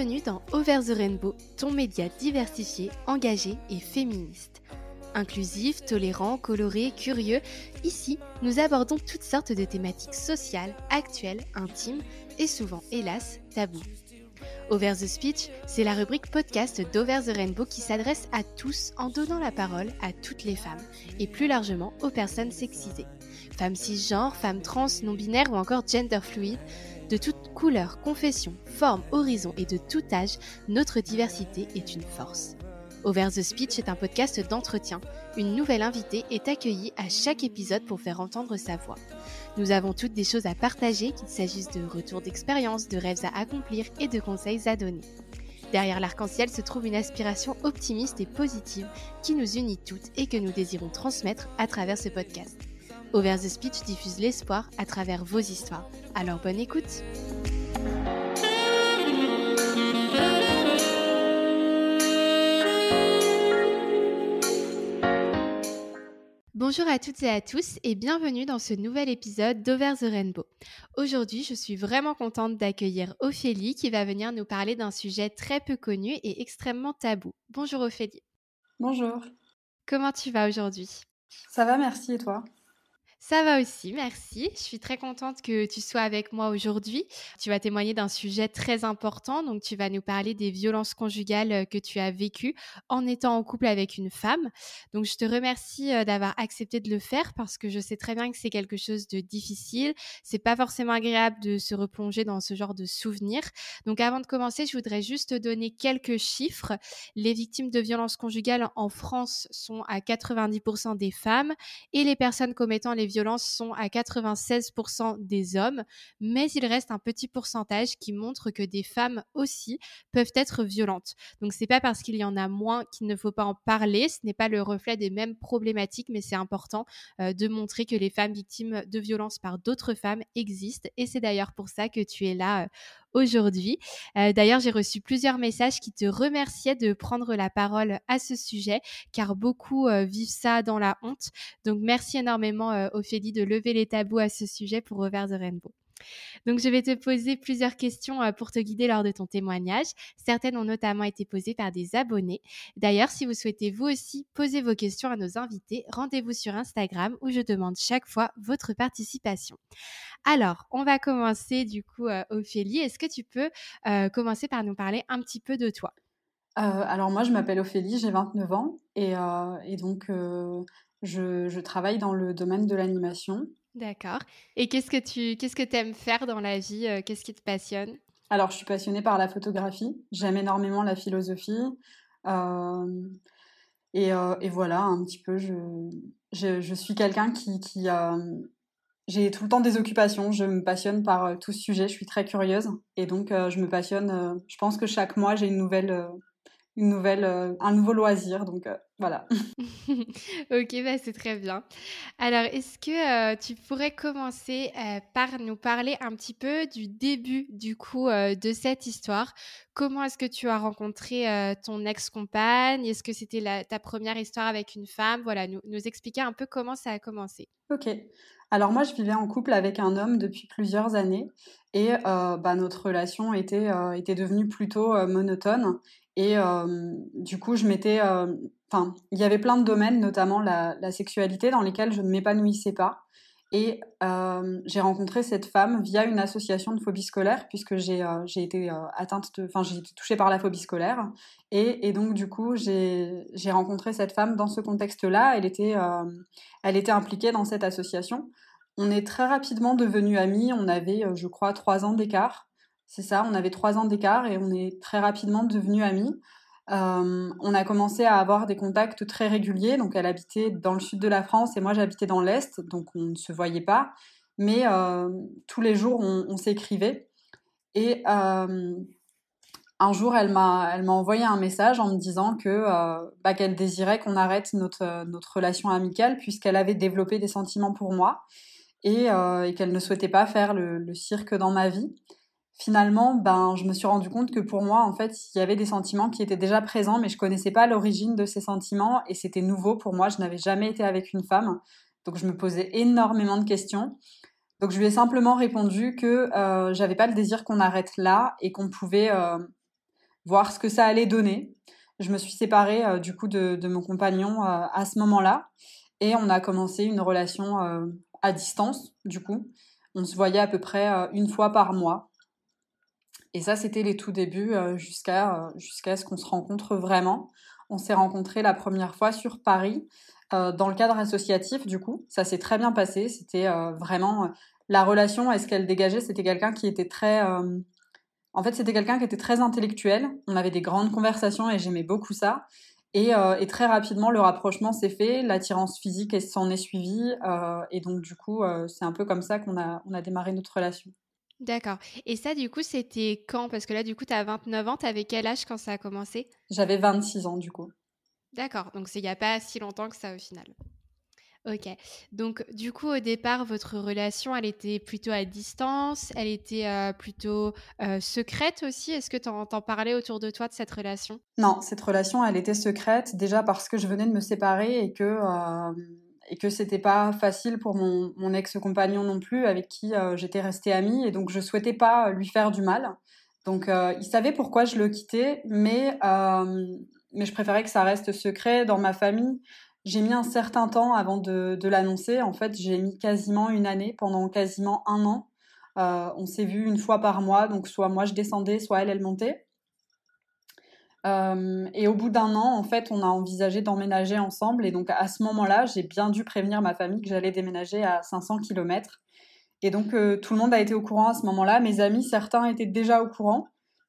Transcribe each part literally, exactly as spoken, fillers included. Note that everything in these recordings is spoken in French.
Bienvenue dans Over the Rainbow, ton média diversifié, engagé et féministe. Inclusif, tolérant, coloré, curieux, ici, nous abordons toutes sortes de thématiques sociales, actuelles, intimes et souvent, hélas, tabous. Over the Speech, c'est la rubrique podcast d'Over the Rainbow qui s'adresse à tous en donnant la parole à toutes les femmes et plus largement aux personnes sexisées. Femmes cisgenres, femmes trans, non-binaires ou encore gender fluide, de toute couleur, confession, forme, horizon et de tout âge, notre diversité est une force. Over the Speech est un podcast d'entretien. Une nouvelle invitée est accueillie à chaque épisode pour faire entendre sa voix. Nous avons toutes des choses à partager, qu'il s'agisse de retours d'expérience, de rêves à accomplir et de conseils à donner. Derrière l'arc-en-ciel se trouve une aspiration optimiste et positive qui nous unit toutes et que nous désirons transmettre à travers ce podcast. Over the Speech diffuse l'espoir à travers vos histoires. Alors bonne écoute! Bonjour à toutes et à tous et bienvenue dans ce nouvel épisode d'Over the Rainbow. Aujourd'hui, je suis vraiment contente d'accueillir Ophélie qui va venir nous parler d'un sujet très peu connu et extrêmement tabou. Bonjour Ophélie. Bonjour. Comment tu vas aujourd'hui ? Ça va, merci, et toi ? Ça va aussi, merci. Je suis très contente que tu sois avec moi aujourd'hui. Tu vas témoigner d'un sujet très important, donc tu vas nous parler des violences conjugales que tu as vécues en étant en couple avec une femme. Donc je te remercie d'avoir accepté de le faire parce que je sais très bien que c'est quelque chose de difficile. C'est pas forcément agréable de se replonger dans ce genre de souvenirs. Donc avant de commencer, je voudrais juste te donner quelques chiffres. Les victimes de violences conjugales en France sont à quatre-vingt-dix pour cent des femmes et les personnes commettant les violences sont à quatre-vingt-seize pour cent des hommes, mais il reste un petit pourcentage qui montre que des femmes aussi peuvent être violentes. Donc c'est pas parce qu'il y en a moins qu'il ne faut pas en parler, ce n'est pas le reflet des mêmes problématiques, mais c'est important euh, de montrer que les femmes victimes de violences par d'autres femmes existent et c'est d'ailleurs pour ça que tu es là euh, aujourd'hui. Euh, d'ailleurs, j'ai reçu plusieurs messages qui te remerciaient de prendre la parole à ce sujet, car beaucoup euh, vivent ça dans la honte. Donc, merci énormément, euh, Ophélie, de lever les tabous à ce sujet pour Over the Rainbow. Donc, je vais te poser plusieurs questions euh, pour te guider lors de ton témoignage. Certaines ont notamment été posées par des abonnés. D'ailleurs, si vous souhaitez vous aussi poser vos questions à nos invités, rendez-vous sur Instagram où je demande chaque fois votre participation. Alors, on va commencer du coup, euh, Ophélie. Est-ce que tu peux euh, commencer par nous parler un petit peu de toi ? euh, Alors moi, je m'appelle Ophélie, j'ai vingt-neuf ans et, euh, et donc euh, je, je travaille dans le domaine de l'animation. D'accord. Et qu'est-ce que tu qu'est-ce que tu aimes faire dans la vie ? euh, Qu'est-ce qui te passionne ? Alors, je suis passionnée par la photographie, j'aime énormément la philosophie euh, et, euh, et voilà, un petit peu, je, je, je suis quelqu'un qui... qui euh, j'ai tout le temps des occupations, je me passionne par euh, tout ce sujet, je suis très curieuse et donc euh, je me passionne, euh, je pense que chaque mois j'ai une nouvelle... Euh, une nouvelle, euh, un nouveau loisir, donc euh, voilà. Ok, bah c'est très bien. Alors, est-ce que euh, tu pourrais commencer euh, par nous parler un petit peu du début du coup euh, de cette histoire ? Comment est-ce que tu as rencontré euh, ton ex-compagne ? Est-ce que c'était la, ta première histoire avec une femme ? Voilà, nous, nous expliquer un peu comment ça a commencé. Ok. Alors moi, je vivais en couple avec un homme depuis plusieurs années et euh, bah, notre relation était, euh, était devenue plutôt euh, monotone. Et euh, du coup, je m'étais... euh, Enfin, il y avait plein de domaines, notamment la, la sexualité, dans lesquels je ne m'épanouissais pas. Et euh, j'ai rencontré cette femme via une association de phobie scolaire, puisque j'ai euh, j'ai été euh, atteinte de... Enfin, j'ai été touchée par la phobie scolaire. Et, et donc, du coup, j'ai j'ai rencontré cette femme dans ce contexte-là. Elle était... Euh, elle était impliquée dans cette association. On est très rapidement devenus amis. On avait, euh, je crois, trois ans d'écart. C'est ça, on avait trois ans d'écart et on est très rapidement devenus amis. Euh, on a commencé à avoir des contacts très réguliers. Donc, elle habitait dans le sud de la France et moi, j'habitais dans l'Est. Donc, on ne se voyait pas. Mais euh, tous les jours, on, on s'écrivait. Et euh, un jour, elle m'a, elle m'a envoyé un message en me disant que, euh, bah, qu'elle désirait qu'on arrête notre, notre relation amicale puisqu'elle avait développé des sentiments pour moi et, euh, et qu'elle ne souhaitait pas faire le, le cirque dans ma vie. Finalement, ben, je me suis rendu compte que pour moi, en fait, il y avait des sentiments qui étaient déjà présents, mais je connaissais pas l'origine de ces sentiments et c'était nouveau pour moi. Je n'avais jamais été avec une femme, donc je me posais énormément de questions. Donc je lui ai simplement répondu que euh, j'avais pas le désir qu'on arrête là et qu'on pouvait... Euh, voir ce que ça allait donner. Je me suis séparée euh, du coup de, de mon compagnon euh, à ce moment-là et on a commencé une relation euh, à distance du coup. On se voyait à peu près euh, une fois par mois. Et ça, c'était les tout débuts euh, jusqu'à euh, jusqu'à ce qu'on se rencontre vraiment. On s'est rencontrés la première fois sur Paris, euh, dans le cadre associatif, du coup. Ça s'est très bien passé. C'était euh, vraiment... euh, la relation, est-ce qu'elle dégageait? C'était quelqu'un qui était très... euh, En fait, c'était quelqu'un qui était très intellectuel. On avait des grandes conversations et j'aimais beaucoup ça. Et, euh, et très rapidement, le rapprochement s'est fait. L'attirance physique elle s'en est suivie. Euh, et donc, du coup, euh, c'est un peu comme ça qu'on a, on a démarré notre relation. D'accord. Et ça, du coup, c'était quand? Parce que là, du coup, tu as vingt-neuf ans, tu avais quel âge quand ça a commencé? J'avais vingt-six ans, du coup. D'accord, donc c'est il y a pas si longtemps que ça au final. OK. Donc du coup, au départ, votre relation, elle était plutôt à distance? Elle était, heu, plutôt, heu, secrète aussi? Est-ce que tu en tu parlais autour de toi de cette relation? Non, cette relation, elle était secrète, déjà parce que je venais de me séparer et que, hem et que c'était pas facile pour mon mon ex-compagnon non plus, avec qui, heu, j'étais restée amie et donc je souhaitais pas lui faire du mal. Donc, heu, il savait pourquoi je le quittais, mais, hem, mais je préférais que ça reste secret. Dans ma famille, j'ai mis un certain temps avant de de l'annoncer. En fait, j'ai mis quasiment une année, pendant quasiment un an. Heu, on s'est vus une fois par mois, donc soit moi je descendais, soit elle, elle montait. Euh, et au bout d'un an, en fait, on a envisagé d'emménager ensemble. Et donc, à ce moment-là, j'ai bien dû prévenir ma famille que j'allais déménager à cinq cents kilomètres. Et donc, euh, tout le monde a été au courant à ce moment-là. Mes amis, certains étaient déjà au courant.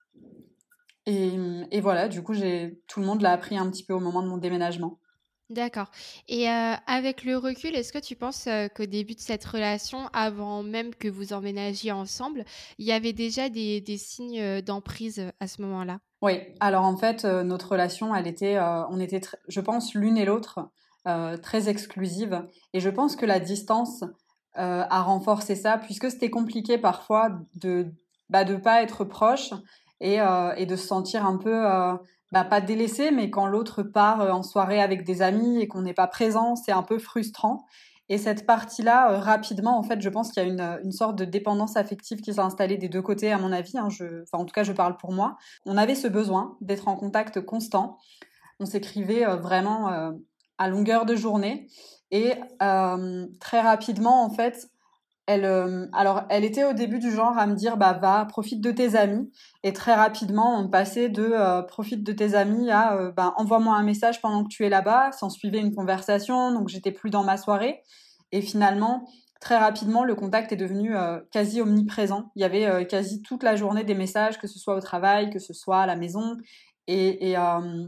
Et, et voilà, du coup, j'ai, tout le monde l'a appris un petit peu au moment de mon déménagement. D'accord. Et heu, avec le recul, est-ce que tu penses, heu, qu'au début de cette relation, avant même que vous emménagiez ensemble, il y avait déjà des des signes, heu, d'emprise, heu, à ce moment-là? Oui, alors en fait, euh, notre relation, elle était, euh, on était, tr- je pense, l'une et l'autre euh, très exclusives. Et je pense que la distance euh, a renforcé ça, puisque c'était compliqué parfois de bah, de pas être proche et, euh, et de se sentir un peu, euh, bah, pas délaissé, mais quand l'autre part euh, en soirée avec des amis et qu'on n'est pas présent, c'est un peu frustrant. Et cette partie-là, euh, rapidement, en fait, je pense qu'il y a une, une sorte de dépendance affective qui s'est installée des deux côtés, à mon avis. Hein, je, enfin, en tout cas, je parle pour moi. On avait ce besoin d'être en contact constant. On s'écrivait euh, vraiment euh, à longueur de journée. Et euh, très rapidement, en fait, elle, euh, alors, elle était au début du genre à me dire, bah, va, profite de tes amis. Et très rapidement, on passait de euh, profite de tes amis à, euh, bah, envoie-moi un message pendant que tu es là-bas. S'en suivait une conversation, donc j'étais plus dans ma soirée. Et finalement, très rapidement, le contact est devenu euh, quasi omniprésent. Il y avait euh, quasi toute la journée des messages, que ce soit au travail, que ce soit à la maison. Et, et, euh,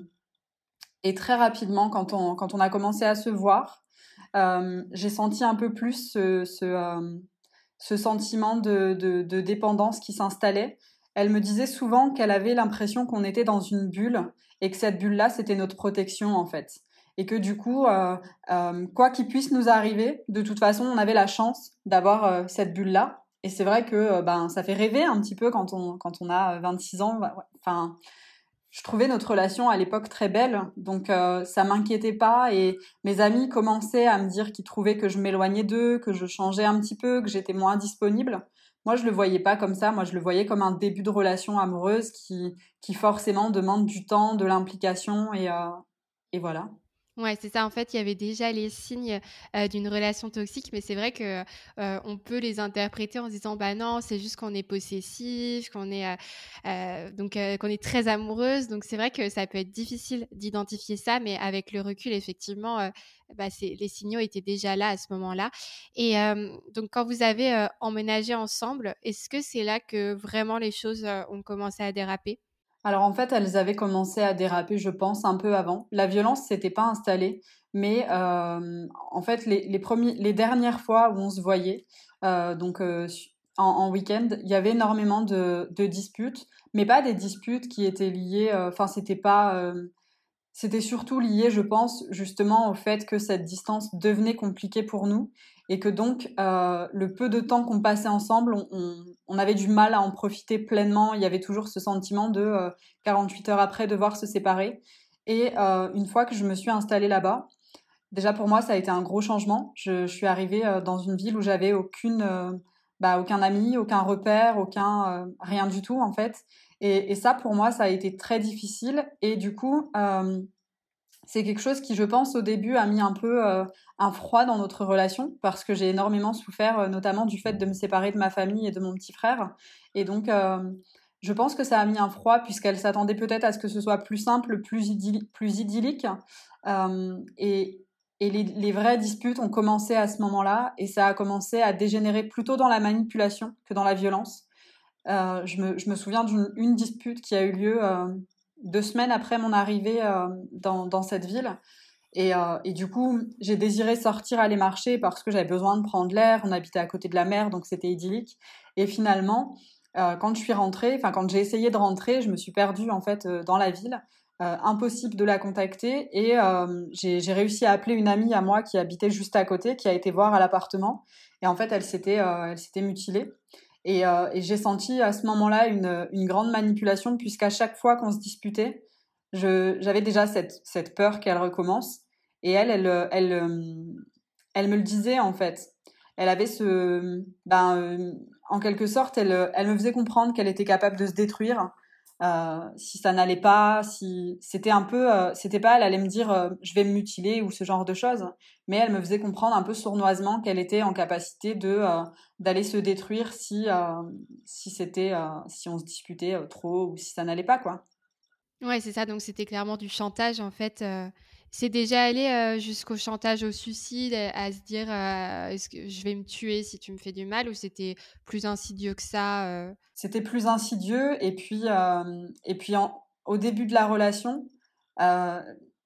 et très rapidement, quand on, quand on a commencé à se voir, euh, j'ai senti un peu plus ce, ce, euh, ce sentiment de, de, de dépendance qui s'installait. Elle me disait souvent qu'elle avait l'impression qu'on était dans une bulle et que cette bulle-là, c'était notre protection en fait. Et que du coup, euh, euh, quoi qu'il puisse nous arriver, de toute façon, on avait la chance d'avoir euh, cette bulle-là. Et c'est vrai que euh, ben, ça fait rêver un petit peu quand on, quand on a vingt-six ans. Ouais, ouais. Enfin, je trouvais notre relation à l'époque très belle, donc euh, ça m'inquiétait pas et mes amis commençaient à me dire qu'ils trouvaient que je m'éloignais d'eux, que je changeais un petit peu, que j'étais moins disponible. Moi, je le voyais pas comme ça. Moi, je le voyais comme un début de relation amoureuse qui, qui forcément demande du temps, de l'implication et, euh, et voilà. Ouais, c'est ça. En fait, il y avait déjà les signes, heu, d'une relation toxique, mais c'est vrai que, heu, on peut les interpréter en se disant: «Bah, non, c'est juste qu'on est possessif, qu'on est, heu heu, donc heu, qu'on est très amoureuse». Donc c'est vrai que ça peut être difficile d'identifier ça, mais avec le recul, effectivement, heu, bah, c'est les signaux étaient déjà là à ce moment-là. Et hem, donc quand vous avez, heu, emménagé ensemble, est-ce que c'est là que vraiment les choses, heu, ont commencé à déraper? Alors en fait, elles avaient commencé à déraper, je pense, un peu avant. La violence s'était pas installée, mais euh, en fait, les, les, premiers, les dernières fois où on se voyait, euh, donc euh, su- en, en week-end, il y avait énormément de, de disputes, mais pas des disputes qui étaient liées. euh, Enfin, c'était pas. euh, C'était surtout lié, je pense, justement au fait que cette distance devenait compliquée pour nous et que donc euh, le peu de temps qu'on passait ensemble, on, on- on avait du mal à en profiter pleinement. Il y avait toujours ce sentiment de euh, quarante-huit heures après devoir se séparer. Et euh, une fois que je me suis installée là-bas, déjà pour moi ça a été un gros changement. Je, je suis arrivée euh, dans une ville où j'avais aucune, euh, bah, aucun ami, aucun repère, aucun euh, rien du tout en fait. Et, et ça, pour moi, ça a été très difficile. Et du coup, euh, c'est quelque chose qui, je pense, au début, a mis un peu euh, un froid dans notre relation, parce que j'ai énormément souffert, euh, notamment du fait de me séparer de ma famille et de mon petit frère. Et donc, euh, je pense que ça a mis un froid, puisqu'elle s'attendait peut-être à ce que ce soit plus simple, plus, idylli- plus idyllique. Euh, et et les, les vraies disputes ont commencé à ce moment-là, et ça a commencé à dégénérer plutôt dans la manipulation que dans la violence. Euh, je, me, je me souviens d'une une dispute qui a eu lieu euh, deux semaines après mon arrivée euh, dans, dans cette ville. Et, euh, et du coup, j'ai désiré sortir aller marcher parce que j'avais besoin de prendre l'air. On habitait à côté de la mer, donc c'était idyllique. Et finalement, euh, quand je suis rentrée, enfin quand j'ai essayé de rentrer, je me suis perdue en fait euh, dans la ville. Euh, impossible de la contacter. Et euh, j'ai, j'ai réussi à appeler une amie à moi qui habitait juste à côté, qui a été voir à l'appartement. Et en fait, elle s'était, euh, elle s'était mutilée. Et, euh, et j'ai senti à ce moment-là une, une grande manipulation, puisqu'à chaque fois qu'on se disputait, je, j'avais déjà cette, cette peur qu'elle recommence. Et elle, elle, elle, elle, euh, elle me le disait en fait. Elle avait ce, ben, euh, en quelque sorte, elle, elle me faisait comprendre qu'elle était capable de se détruire euh, si ça n'allait pas, si c'était un peu, euh, c'était pas, elle allait me dire, euh, je vais me mutiler ou ce genre de choses, mais elle me faisait comprendre un peu sournoisement qu'elle était en capacité de euh, d'aller se détruire si euh, si c'était, euh, si on se disputait euh, trop ou si ça n'allait pas quoi. Ouais, c'est ça, donc c'était clairement du chantage en fait, heu, c'est déjà allé, heu, jusqu'au chantage au suicide, à à se dire, heu: «Est-ce que je vais me tuer si tu me fais du mal?» ou c'était plus insidieux que ça, heu? C'était plus insidieux et puis euh, et puis en- au début de la relation, euh,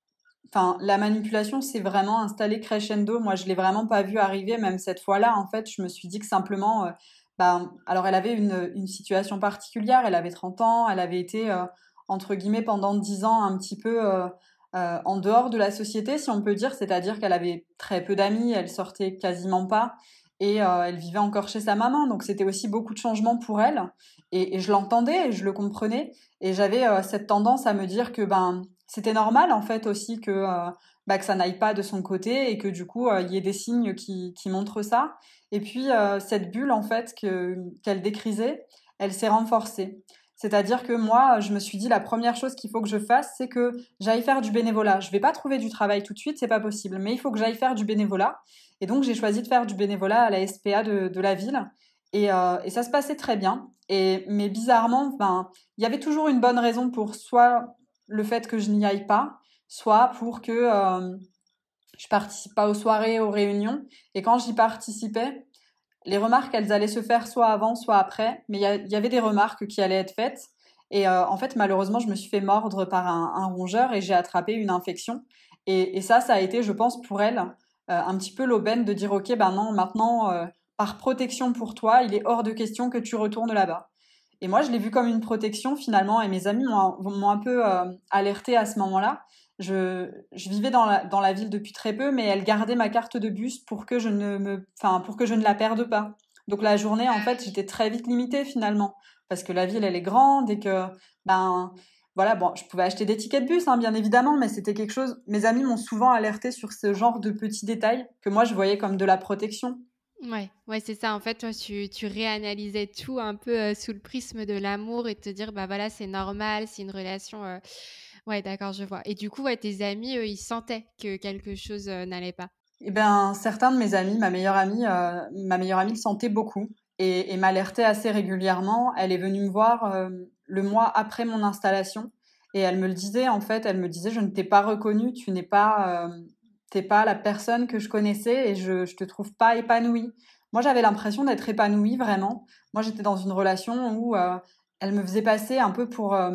enfin la manipulation s'est vraiment installée crescendo. Moi, je l'ai vraiment pas vu arriver, même cette fois-là. En fait, je me suis dit que simplement, euh, ben, alors elle avait une, une situation particulière. Elle avait trente ans, elle avait été euh, entre guillemets pendant dix ans un petit peu euh, euh, en dehors de la société, si on peut dire. C'est-à-dire qu'elle avait très peu d'amis, elle sortait quasiment pas. Et euh, elle vivait encore chez sa maman, donc c'était aussi beaucoup de changements pour elle. Et, et je l'entendais et je le comprenais. Et j'avais euh, cette tendance à me dire que ben c'était normal en fait aussi que euh, bah, que ça n'aille pas de son côté et que du coup euh, il y ait des signes qui, qui montrent ça. Et puis euh, cette bulle en fait que qu'elle décrisait, elle s'est renforcée. C'est-à-dire que moi, je me suis dit la première chose qu'il faut que je fasse, c'est que j'aille faire du bénévolat. Je vais pas trouver du travail tout de suite, c'est pas possible, mais il faut que j'aille faire du bénévolat. Et donc j'ai choisi de faire du bénévolat à la S P A de, de la ville. Et, euh, et ça se passait très bien. Et mais bizarrement, ben, il y avait toujours une bonne raison pour soit le fait que je n'y aille pas, soit pour que euh, je participe pas aux soirées, aux réunions. Et quand j'y participais, les remarques, elles allaient se faire soit avant, soit après, mais il y, a- il y avait des remarques qui allaient être faites. Et euh, en fait, malheureusement, je me suis fait mordre par un, un rongeur et j'ai attrapé une infection. Et, et ça, ça a été, je pense, pour elle, euh, un petit peu l'aubaine de dire, OK, ben non, maintenant, euh, par protection pour toi, il est hors de question que tu retournes là-bas. Et moi, je l'ai vu comme une protection finalement, et mes amis m'ont, m'ont un peu euh, alertée à ce moment-là. Je, je vivais dans la, dans la ville depuis très peu, mais elle gardait ma carte de bus pour que je ne me, enfin, pour que je ne la perde pas. Donc la journée, en fait, j'étais très vite limitée finalement, parce que la ville, elle est grande et que, ben, voilà, bon, je pouvais acheter des tickets de bus, hein, bien évidemment, mais c'était quelque chose. Mes amis m'ont souvent alertée sur ce genre de petits détails que moi je voyais comme de la protection. Ouais, ouais, c'est ça. En fait, toi, tu, tu réanalysais tout un peu euh, sous le prisme de l'amour et te dire, bah voilà, c'est normal, c'est une relation. euh, Ouais, d'accord, je vois. Et du coup, ouais, tes amis, eux, ils sentaient que quelque chose euh, n'allait pas. Eh ben, certains de mes amis, ma meilleure amie, euh, ma meilleure amie le sentait beaucoup et, et m'alertait assez régulièrement. Elle est venue me voir euh, le mois après mon installation et elle me le disait en fait. Elle me disait, je ne t'ai pas reconnue, tu n'es pas, euh, t'es pas la personne que je connaissais et je, je te trouve pas épanouie. Moi, j'avais l'impression d'être épanouie vraiment. Moi, j'étais dans une relation où euh, elle me faisait passer un peu pour euh,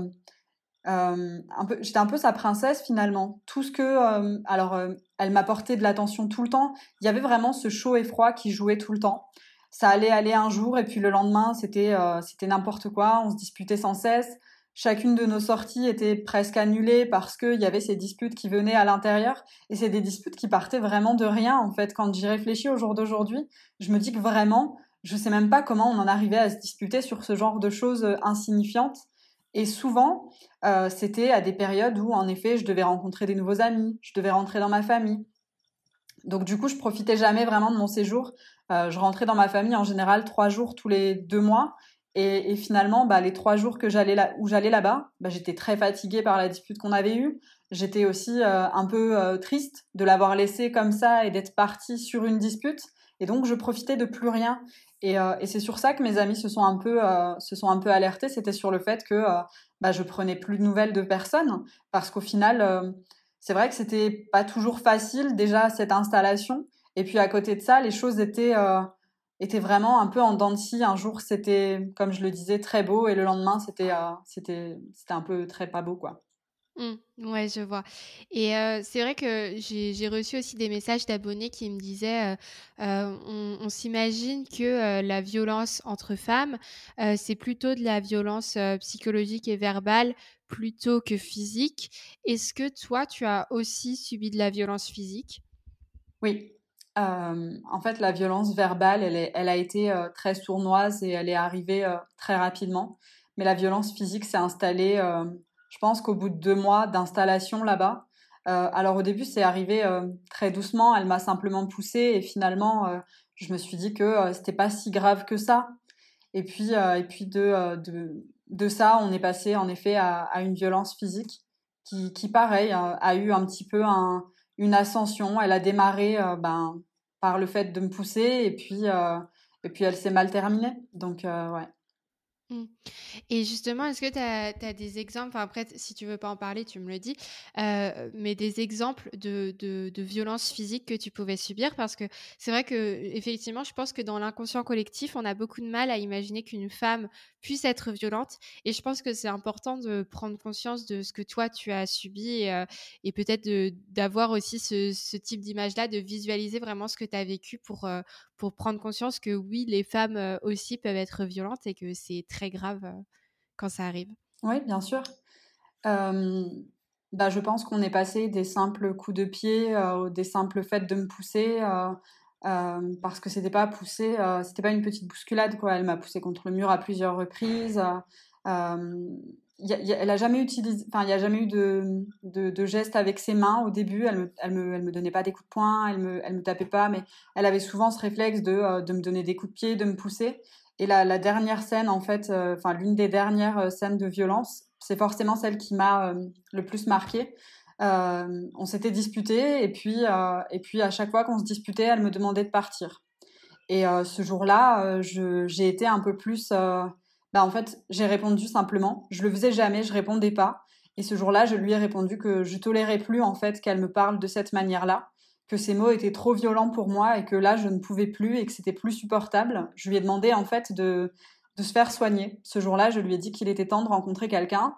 euh, un peu, j'étais un peu sa princesse finalement. Tout ce que, euh, alors, euh, elle m'apportait de l'attention tout le temps. Il y avait vraiment ce chaud et froid qui jouait tout le temps. Ça allait aller un jour et puis le lendemain, c'était, euh, c'était n'importe quoi. On se disputait sans cesse. Chacune de nos sorties était presque annulée parce qu'il y avait ces disputes qui venaient à l'intérieur. Et c'est des disputes qui partaient vraiment de rien en fait. Quand j'y réfléchis au jour d'aujourd'hui, je me dis que vraiment, je sais même pas comment on en arrivait à se disputer sur ce genre de choses euh, insignifiantes. Et souvent, euh, c'était à des périodes où, en effet, je devais rencontrer des nouveaux amis, je devais rentrer dans ma famille. Donc, du coup, je profitais jamais vraiment de mon séjour. Euh, je rentrais dans ma famille en général trois jours tous les deux mois. Et, et finalement, bah, les trois jours que j'allais là, où j'allais là-bas, bah, j'étais très fatiguée par la dispute qu'on avait eue. J'étais aussi euh, un peu euh, triste de l'avoir laissé comme ça et d'être partie sur une dispute. Et donc, je profitais de plus rien. Et, euh, et c'est sur ça que mes amis se sont un peu, euh, se sont un peu alertés. C'était sur le fait que euh, bah, je prenais plus de nouvelles de personne. Parce qu'au final, euh, c'est vrai que c'était pas toujours facile, déjà, cette installation. Et puis, à côté de ça, les choses étaient... euh, était vraiment un peu en dents de scie. Un jour, c'était, comme je le disais, très beau et le lendemain, c'était euh, c'était c'était un peu très pas beau, quoi. Mmh. Ouais, je vois et heu, c'est vrai que j'ai j'ai reçu aussi des messages d'abonnés qui me disaient, heu heu: «On on s'imagine que, heu, la violence entre femmes, heu, c'est plutôt de la violence, heu, psychologique et verbale plutôt que physique». Est-ce que toi, tu as aussi subi de la violence physique? Oui. Euh, en fait, la violence verbale, elle, est, elle a été euh, très sournoise et elle est arrivée euh, très rapidement. Mais la violence physique s'est installée, euh, je pense qu'au bout de deux mois d'installation là-bas. Euh, alors au début, c'est arrivé euh, très doucement. Elle m'a simplement poussée et finalement, euh, je me suis dit que euh, c'était pas si grave que ça. Et puis, euh, et puis de, euh, de, de ça, on est passé en effet à, à une violence physique qui, qui pareil, euh, a eu un petit peu un, une ascension. Elle a démarré euh, ben, par le fait de me pousser et puis, euh, et puis elle s'est mal terminée. Donc, euh, ouais. Mmh. Et justement, est-ce que tu as des exemples, enfin après t si tu veux pas en parler, tu me le dis, heu, mais des exemples de de de violences physiques que tu pouvais subir? Parce que c'est vrai qu'effectivement, je pense que dans l'inconscient collectif, on a beaucoup de mal à imaginer qu'une femme puisse être violente et je pense que c'est important de prendre conscience de ce que toi tu as subi et heu et peut-être de d'avoir aussi ce ce type d'image-là, de visualiser vraiment ce que tu as vécu pour, heu, pour prendre conscience que oui, les femmes, heu, aussi peuvent être violentes et que c'est très grave, heu, quand ça arrive. Oui, bien sûr. Euh, bah, je pense qu'on est passé des simples coups de pied, euh, des simples faits de me pousser, euh, euh, parce que c'était pas poussé, euh, c'était pas une petite bousculade, quoi. Elle m'a poussé contre le mur à plusieurs reprises. Euh, y a- y a- elle a jamais utilisé, enfin, il y a jamais eu de, de, de geste avec ses mains au début. Elle me, elle me, elle me donnait pas des coups de poing, elle me, elle me tapait pas, mais elle avait souvent ce réflexe de, euh, de me donner des coups de pied, de me pousser. Et la, la dernière scène, en fait, euh, enfin, l'une des dernières euh, scènes de violence, c'est forcément celle qui m'a euh, le plus marquée. Euh, on s'était disputé et puis, euh, et puis à chaque fois qu'on se disputait, elle me demandait de partir. Et euh, ce jour-là, euh, je, j'ai été un peu plus. Euh, bah, en fait, j'ai répondu simplement. Je le faisais jamais, je répondais pas. Et ce jour-là, je lui ai répondu que je tolérais plus en fait qu'elle me parle de cette manière-là, que ces mots étaient trop violents pour moi et que là, je ne pouvais plus et que c'était plus supportable. Je lui ai demandé en fait de de se faire soigner. Ce jour-là, je lui ai dit qu'il était temps de rencontrer quelqu'un.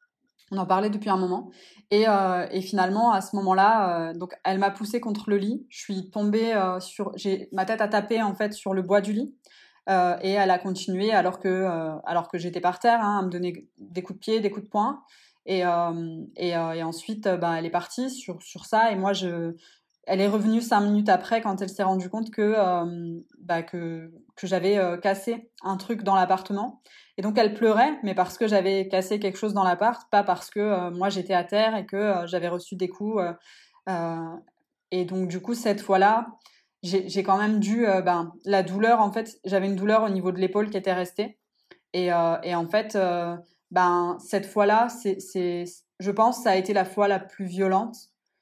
On en parlait depuis un moment. Et, euh, et finalement, à ce moment-là, euh, donc elle m'a poussée contre le lit. Je suis tombée euh, sur, j'ai ma tête a tapé en fait sur le bois du lit. Euh, et elle a continué alors que, euh, alors que j'étais par terre, hein, à me donner des coups de pied, des coups de poing. Et, euh, et, euh, et ensuite, euh, ben, elle est partie sur, sur ça. Et moi, je, elle est revenue cinq minutes après quand elle s'est rendue compte que, euh, bah, que, que j'avais euh, cassé un truc dans l'appartement. Et donc elle pleurait, mais parce que j'avais cassé quelque chose dans l'appart, pas parce que euh, moi j'étais à terre et que euh, j'avais reçu des coups. Euh, euh, et donc du coup cette fois-là, j'ai, j'ai quand même dû, euh, ben, la douleur en fait, j'avais une douleur au niveau de l'épaule qui était restée. Et, euh, et en fait, euh, ben cette fois-là, c'est, c'est, je pense, ça a été la fois la plus violente.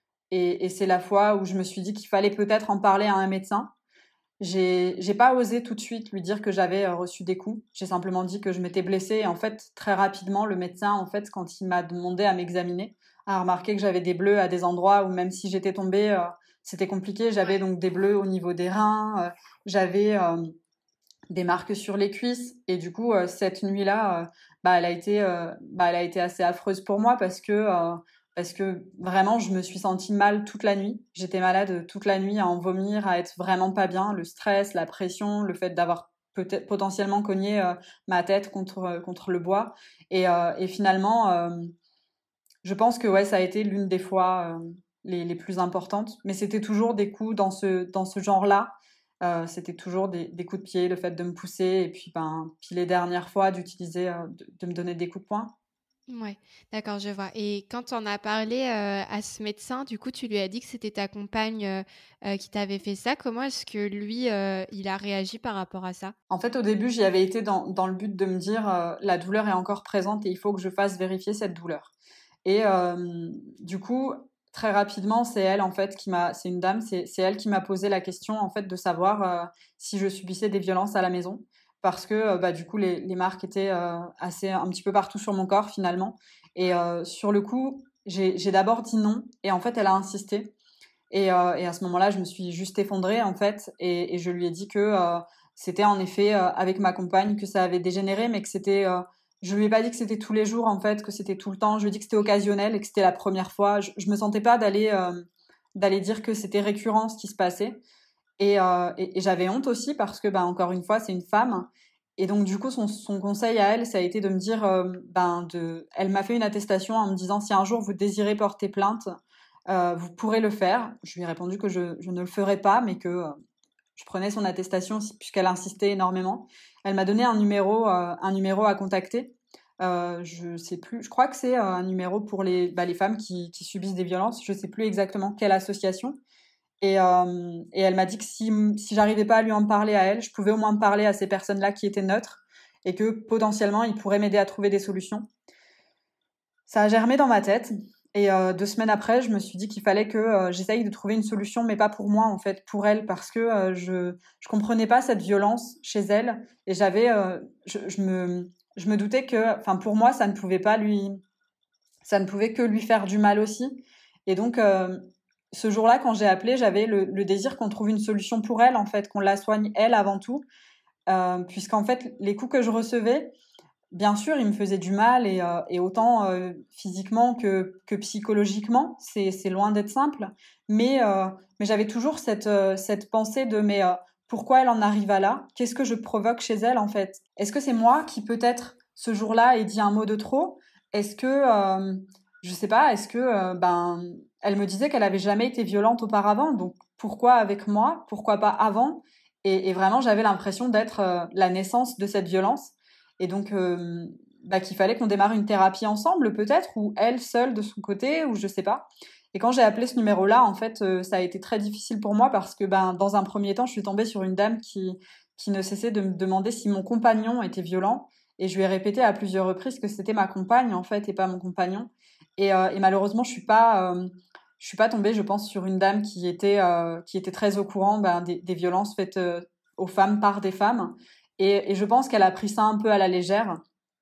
Et, et c'est la fois où je me suis dit qu'il fallait peut-être en parler à un médecin. J'ai, j'ai pas osé tout de suite lui dire que j'avais euh, reçu des coups. J'ai simplement dit que je m'étais blessée. Et en fait, très rapidement, le médecin, en fait, quand il m'a demandé à m'examiner, a remarqué que j'avais des bleus à des endroits où même si j'étais tombée, euh, c'était compliqué. J'avais donc des bleus au niveau des reins, euh, j'avais euh, des marques sur les cuisses. Et du coup, euh, cette nuit-là, euh, bah, elle a été, euh, bah, elle a été assez affreuse pour moi parce que, euh, parce que vraiment, je me suis sentie mal toute la nuit. J'étais malade toute la nuit à en vomir, à être vraiment pas bien. Le stress, la pression, le fait d'avoir peut-être potentiellement cogné euh, ma tête contre, euh, contre le bois. Et, euh, et finalement, euh, je pense que ouais, ça a été l'une des fois euh, les, les plus importantes. Mais c'était toujours des coups dans ce, dans ce genre-là. Euh, c'était toujours des, des coups de pied, le fait de me pousser, et puis, ben, puis les dernières fois d'utiliser, euh, de, de me donner des coups de poing. Ouais, d'accord, je vois. Et quand tu en as parlé, heu, à ce médecin, du coup, tu lui as dit que c'était ta compagne, heu heu, qui t'avait fait ça. Comment est-ce que lui, heu, il a réagi par rapport à ça? En fait, au début, j'y avais été dans dans le but de me dire, heu: «La douleur est encore présente et il faut que je fasse vérifier cette douleur». Et hem, du coup, très rapidement, c'est elle, en fait, qui m'a c'est une dame, c'est c'est elle qui m'a posé la question, en fait, de savoir, heu, si je subissais des violences à la maison. Parce que, heu, bah, du coup, les les marques étaient, heu, assez un petit peu partout sur mon corps, finalement. Et heu, sur le coup, j'ai j'ai d'abord dit non et en fait, elle a insisté. Et, euh, et à ce moment-là, je me suis juste effondrée, en fait, et, et je lui ai dit que euh, c'était en effet euh, avec ma compagne que ça avait dégénéré, mais que c'était. Euh, je lui ai pas dit que c'était tous les jours, en fait, que c'était tout le temps. Je lui ai dit que c'était occasionnel et que c'était la première fois. Je, je me sentais pas d'aller euh, d'aller dire que c'était récurrent ce qui se passait. Et, euh, et, et j'avais honte aussi parce que, ben, encore une fois, c'est une femme. Et donc, du coup, son, son conseil à elle, ça a été de me dire, euh, ben, de, elle m'a fait une attestation en me disant, si un jour vous désirez porter plainte, euh, vous pourrez le faire. Je lui ai répondu que je, je ne le ferais pas, mais que euh, je prenais son attestation puisqu'elle insistait énormément. Elle m'a donné un numéro, euh, un numéro à contacter. Euh, je sais plus, je crois que c'est euh, un numéro pour les, bah, les femmes qui, qui subissent des violences. Je sais plus exactement quelle association. Et, euh, et elle m'a dit que si, si j'arrivais pas à lui en parler à elle, je pouvais au moins parler à ces personnes-là qui étaient neutres et que potentiellement ils pourraient m'aider à trouver des solutions. Ça a germé dans ma tête. Et euh, deux semaines après, je me suis dit qu'il fallait que euh, j'essaye de trouver une solution, mais pas pour moi, en fait, pour elle, parce que euh, je je comprenais pas cette violence chez elle, et j'avais, euh, je, je me je me doutais que, enfin, pour moi, ça ne pouvait pas lui, ça ne pouvait que lui faire du mal aussi. Et donc, euh, ce jour-là, quand j'ai appelé, j'avais le, le désir qu'on trouve une solution pour elle, en fait, qu'on la soigne elle avant tout, euh, puisqu'en fait, les coups que je recevais, bien sûr, il me faisait du mal et, euh, et autant euh, physiquement que, que psychologiquement, c'est, c'est loin d'être simple. Mais, euh, mais j'avais toujours cette, euh, cette pensée de mais euh, pourquoi elle en arrive à là? Qu'est-ce que je provoque chez elle en fait? Est-ce que c'est moi qui peut-être ce jour-là ai dit un mot de trop? Est-ce que euh, je sais pas? Est-ce que euh, ben elle me disait qu'elle avait jamais été violente auparavant, donc pourquoi avec moi? Pourquoi pas avant? Et, et vraiment, j'avais l'impression d'être euh, la naissance de cette violence. Et donc, euh, bah, qu'il fallait qu'on démarre une thérapie ensemble, peut-être, ou elle seule de son côté, ou je sais pas. Et quand j'ai appelé ce numéro-là, en fait, euh, ça a été très difficile pour moi parce que, ben, dans un premier temps, je suis tombée sur une dame qui, qui ne cessait de me demander si mon compagnon était violent. Et je lui ai répété à plusieurs reprises que c'était ma compagne, en fait, et pas mon compagnon. Et, euh, et malheureusement, je suis pas, euh, je suis pas tombée, je pense, sur une dame qui était, euh, qui était très au courant ben, des, des violences faites euh, aux femmes par des femmes. Et, et je pense qu'elle a pris ça un peu à la légère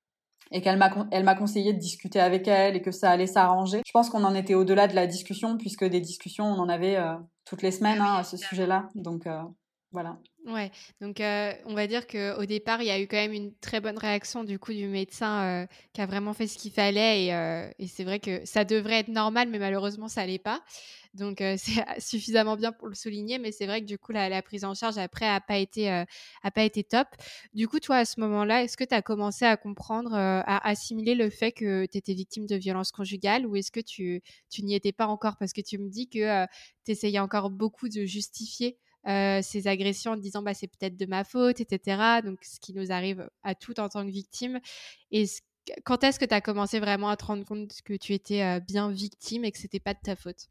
et qu'elle m'a elle m'a conseillé de discuter avec elle et que ça allait s'arranger. Je pense qu'on en était au-delà de la discussion puisque des discussions on en avait euh, toutes les Ah semaines oui, hein, à ce évidemment. sujet-là. Donc euh, voilà. Ouais, donc heu, on va dire qu'au départ, il y a eu quand même une très bonne réaction du coup du médecin, heu, qui a vraiment fait ce qu'il fallait et heu et c'est vrai que ça devrait être normal, mais malheureusement ça l'est pas. Donc heu, c'est suffisamment bien pour le souligner, mais c'est vrai que du coup la la prise en charge après a pas été, heu, a pas été top. Du coup, toi, à ce moment-là, est-ce que tu as commencé à comprendre, heu, à assimiler le fait que tu étais victime de violences conjugales ou est-ce que tu tu n'y étais pas encore? Parce que tu me dis que, heu, tu essayais encore beaucoup de justifier heu, ces agressions en te disant: «Bah, c'est peut-être de ma faute» et cetera, donc ce qui nous arrive à toutes en tant que victime. Et ce quand est-ce que tu as commencé vraiment à te rendre compte que tu étais, heu, bien victime et que c'était pas de ta faute?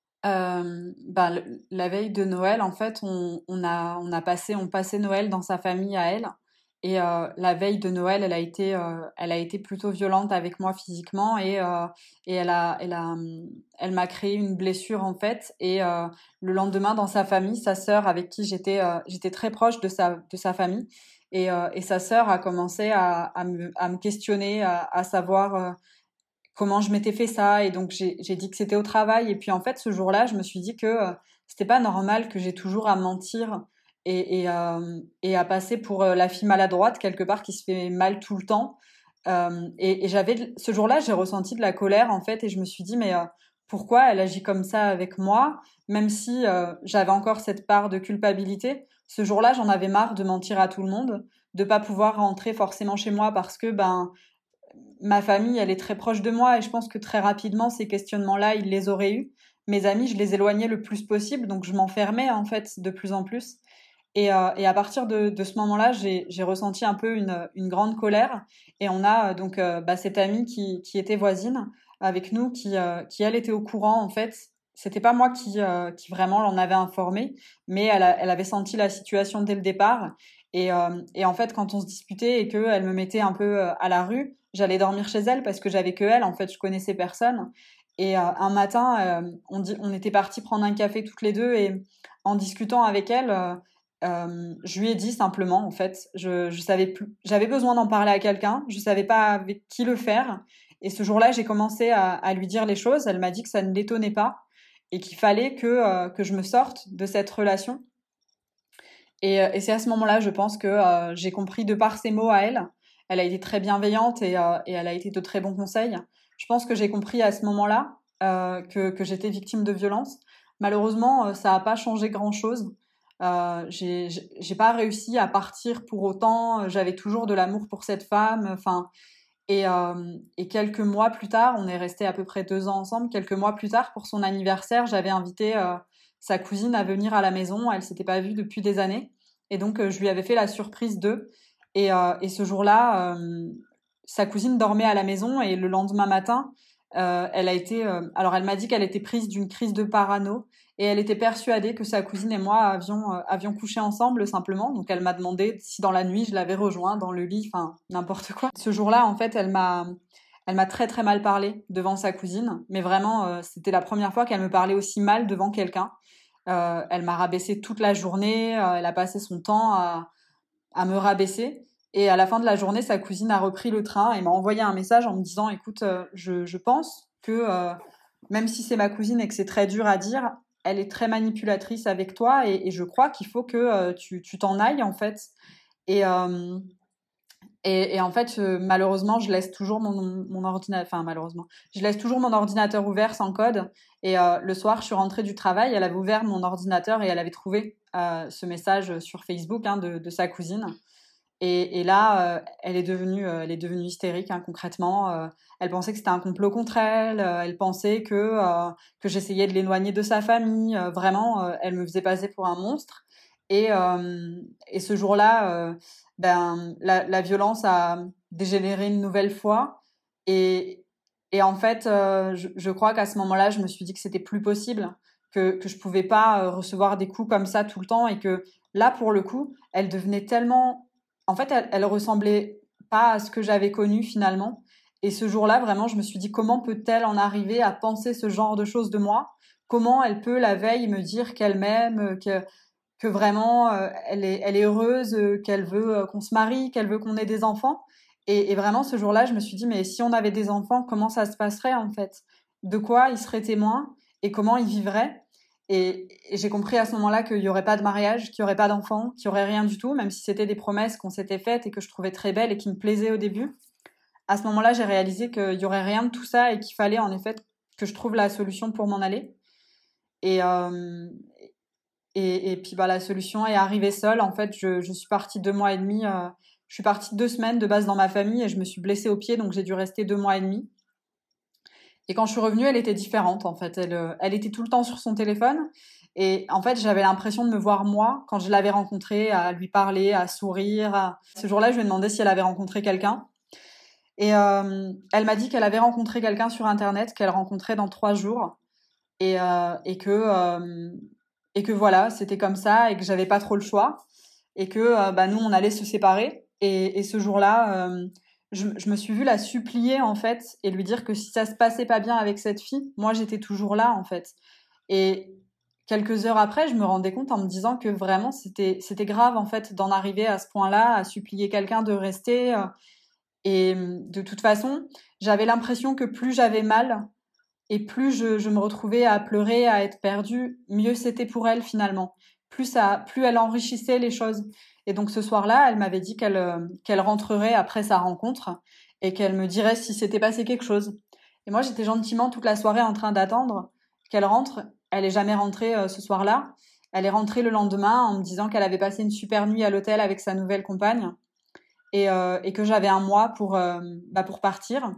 Euh, bah, le- la veille de Noël, en fait, on, on a, on a passé, on passait Noël dans sa famille à elle. Et euh, la veille de Noël, elle a été, euh, elle a été plutôt violente avec moi physiquement et, euh, et elle a, elle a, hum, elle m'a créé une blessure en fait. Et euh, le lendemain, dans sa famille, sa sœur, avec qui j'étais, euh, j'étais très proche de sa, de sa famille, et, euh, et sa sœur a commencé à, à me, à me questionner, à, à savoir euh, comment je m'étais fait ça. Et donc j'ai j'ai dit que c'était au travail. Et puis en fait, ce jour-là, je me suis dit que euh, c'était pas normal que j'ai toujours à mentir et, et, euh, et à passer pour euh, la fille maladroite quelque part qui se fait mal tout le temps. Euh, et et j'avais ce jour-là, j'ai ressenti de la colère en fait et je me suis dit mais euh, pourquoi elle agit comme ça avec moi, même si euh, j'avais encore cette part de culpabilité. Ce jour-là, j'en avais marre de mentir à tout le monde, de pas pouvoir rentrer forcément chez moi parce que ben ma famille, elle est très proche de moi et je pense que très rapidement, ces questionnements-là, ils les auraient eus. Mes amis, je les éloignais le plus possible, donc je m'enfermais en fait de plus en plus. Et, euh, et à partir de, de ce moment-là, j'ai, j'ai ressenti un peu une, une grande colère. Et on a euh, donc euh, bah, cette amie qui, qui était voisine avec nous, qui, euh, qui elle était au courant en fait. C'était pas moi qui, euh, qui vraiment l'en avait informé, mais elle, a, elle avait senti la situation dès le départ. Et, euh, et en fait, quand on se disputait et qu'elle me mettait un peu euh, à la rue, j'allais dormir chez elle parce que j'avais que elle. En fait, je connaissais personne. Et euh, un matin, euh, on, dit, on était partis prendre un café toutes les deux et en discutant avec elle, euh, euh, je lui ai dit simplement, en fait, je, je savais plus, j'avais besoin d'en parler à quelqu'un, je savais pas avec qui le faire. Et ce jour-là, j'ai commencé à, à lui dire les choses. Elle m'a dit que ça ne l'étonnait pas et qu'il fallait que, euh, que je me sorte de cette relation. Et, euh, et c'est à ce moment-là, je pense que euh, j'ai compris de par ses mots à elle. Elle a été très bienveillante et, euh, et elle a été de très bons conseils. Je pense que j'ai compris à ce moment-là euh, que, que j'étais victime de violence. Malheureusement, euh, ça n'a pas changé grand-chose. Euh, j'ai, j'ai pas réussi à partir pour autant. J'avais toujours de l'amour pour cette femme. Enfin, et, euh, et quelques mois plus tard, on est resté à peu près deux ans ensemble. Quelques mois plus tard, pour son anniversaire, j'avais invité euh, sa cousine à venir à la maison. Elle s'était pas vue depuis des années. Et donc, euh, je lui avais fait la surprise d'eux. Et, euh, et ce jour-là, euh, sa cousine dormait à la maison. Et le lendemain matin, euh, elle a été... euh, alors, elle m'a dit qu'elle était prise d'une crise de parano. Et elle était persuadée que sa cousine et moi avions, euh, avions couché ensemble, simplement. Donc, elle m'a demandé si dans la nuit, je l'avais rejoint dans le lit, enfin, n'importe quoi. Ce jour-là, en fait, elle m'a... Elle m'a très très mal parlé devant sa cousine, mais vraiment, euh, c'était la première fois qu'elle me parlait aussi mal devant quelqu'un. Euh, elle m'a rabaissé toute la journée, euh, elle a passé son temps à, à me rabaisser. Et à la fin de la journée, sa cousine a repris le train et m'a envoyé un message en me disant, écoute, euh, je, je pense que euh, même si c'est ma cousine et que c'est très dur à dire, elle est très manipulatrice avec toi et, et je crois qu'il faut que euh, tu, tu t'en ailles en fait. Et, euh, et, et en fait, euh, malheureusement, je laisse toujours mon, mon ordinateur, enfin malheureusement, je laisse toujours mon ordinateur ouvert sans code. Et euh, le soir, je suis rentrée du travail, elle avait ouvert mon ordinateur et elle avait trouvé euh, ce message sur Facebook hein, de, de sa cousine. Et, et là, euh, elle est devenue, euh, elle est devenue hystérique hein, concrètement. Euh, elle pensait que c'était un complot contre elle. Euh, elle pensait que euh, que j'essayais de l'éloigner de sa famille. Euh, vraiment, euh, elle me faisait passer pour un monstre. Et euh, et ce jour-là, euh, ben la, la violence a dégénéré une nouvelle fois. Et et en fait, euh, je, je crois qu'à ce moment-là, je me suis dit que c'était plus possible, que que je pouvais pas euh, recevoir des coups comme ça tout le temps et que là, pour le coup, elle devenait tellement en fait, elle, elle ressemblait pas à ce que j'avais connu finalement. Et ce jour-là, vraiment, je me suis dit comment peut-elle en arriver à penser ce genre de choses de moi? Comment elle peut la veille me dire qu'elle m'aime, que que vraiment euh, elle est elle est heureuse, euh, qu'elle veut euh, qu'on se marie, qu'elle veut qu'on ait des enfants? Et, et vraiment, ce jour-là, je me suis dit mais si on avait des enfants, comment ça se passerait en fait? De quoi ils seraient témoins et comment ils vivraient? Et, et j'ai compris à ce moment-là qu'il n'y aurait pas de mariage, qu'il n'y aurait pas d'enfants, qu'il n'y aurait rien du tout, même si c'était des promesses qu'on s'était faites et que je trouvais très belles et qui me plaisaient au début. À ce moment-là, j'ai réalisé qu'il n'y aurait rien de tout ça et qu'il fallait en effet que je trouve la solution pour m'en aller. Et, euh, et, et puis bah, la solution est arrivée seule. En fait, je, je suis partie deux mois et demi. Euh, je suis partie deux semaines de base dans ma famille et je me suis blessée au pied, donc j'ai dû rester deux mois et demi. Et quand je suis revenue, elle était différente en fait. Elle, euh, elle était tout le temps sur son téléphone. Et en fait, j'avais l'impression de me voir moi quand je l'avais rencontrée, à lui parler, à sourire. à- Ce jour-là, je lui ai demandé si elle avait rencontré quelqu'un. Et euh, elle m'a dit qu'elle avait rencontré quelqu'un sur Internet, qu'elle rencontrait dans trois jours. Et, euh, et que euh, et que voilà, c'était comme ça et que j'avais pas trop le choix. Et que euh, bah, nous, on allait se séparer. Et, et ce jour-là, euh, je, je me suis vue la supplier en fait et lui dire que si ça se passait pas bien avec cette fille, moi j'étais toujours là en fait. Et quelques heures après, je me rendais compte en me disant que vraiment c'était c'était grave en fait d'en arriver à ce point-là, à supplier quelqu'un de rester. euh, Et de toute façon, j'avais l'impression que plus j'avais mal et plus je, je me retrouvais à pleurer, à être perdue, mieux c'était pour elle finalement. Plus ça, plus elle enrichissait les choses. Et donc ce soir-là, elle m'avait dit qu'elle euh, qu'elle rentrerait après sa rencontre et qu'elle me dirait si s'était passé quelque chose. Et moi, j'étais gentiment toute la soirée en train d'attendre qu'elle rentre. Elle est jamais rentrée euh, ce soir-là. Elle est rentrée le lendemain en me disant qu'elle avait passé une super nuit à l'hôtel avec sa nouvelle compagne et, euh, et que j'avais un mois pour euh, bah, pour partir.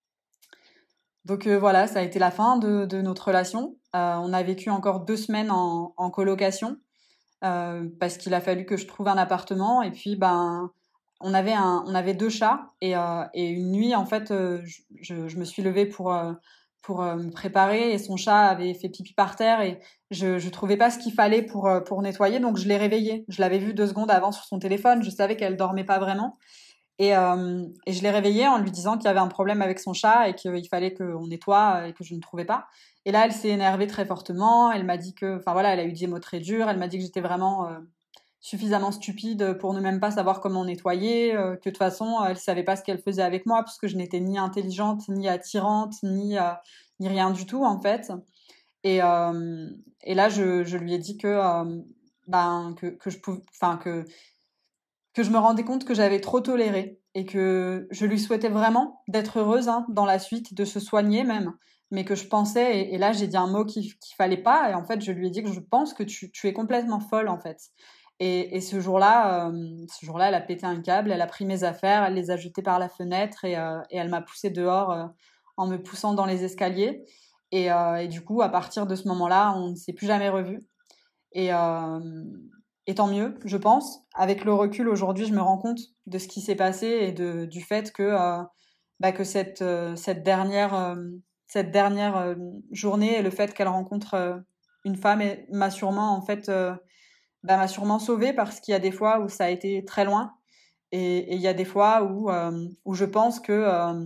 Donc euh, voilà, ça a été la fin de, de notre relation. Euh, on a vécu encore deux semaines en, en colocation. euh, parce qu'il a fallu que je trouve un appartement. Et puis, ben, on avait un, on avait deux chats et, euh, et une nuit, en fait, euh, je, je, je me suis levée pour euh, pour euh, me préparer et son chat avait fait pipi par terre et je je trouvais pas ce qu'il fallait pour euh, pour nettoyer, donc je l'ai réveillée. Je l'avais vue deux secondes avant sur son téléphone. Je savais qu'elle dormait pas vraiment et euh, et je l'ai réveillée en lui disant qu'il y avait un problème avec son chat et qu'il fallait qu'on nettoie et que je ne trouvais pas. Et là, elle s'est énervée très fortement. Elle m'a dit que, enfin voilà, elle a eu des mots très durs. Elle m'a dit que j'étais vraiment euh, suffisamment stupide pour ne même pas savoir comment nettoyer, euh, que de toute façon, elle savait pas ce qu'elle faisait avec moi parce que je n'étais ni intelligente, ni attirante, ni, euh, ni rien du tout, en fait. Et, euh, et là, je, je lui ai dit que, euh, ben, que, que je pouvais, enfin, que, que je me rendais compte que j'avais trop toléré et que je lui souhaitais vraiment d'être heureuse hein, dans la suite, de se soigner même, mais que je pensais, et, et là j'ai dit un mot qu'il qu'il fallait pas, et en fait je lui ai dit que je pense que tu, tu es complètement folle en fait. Et, et ce jour-là, euh, ce jour-là, elle a pété un câble, elle a pris mes affaires, elle les a jetées par la fenêtre et, euh, et elle m'a poussée dehors euh, en me poussant dans les escaliers. Et, euh, et du coup, à partir de ce moment-là, on ne s'est plus jamais revus. Et, euh, et tant mieux, je pense. Avec le recul aujourd'hui, je me rends compte de ce qui s'est passé et de, du fait que, euh, bah, que cette, euh, cette dernière, euh, cette dernière euh, journée et le fait qu'elle rencontre euh, une femme et- m'a sûrement, en fait, euh, bah, m'a sûrement sauvée parce qu'il y a des fois où ça a été très loin et, et il y a des fois où, euh, où je pense que euh,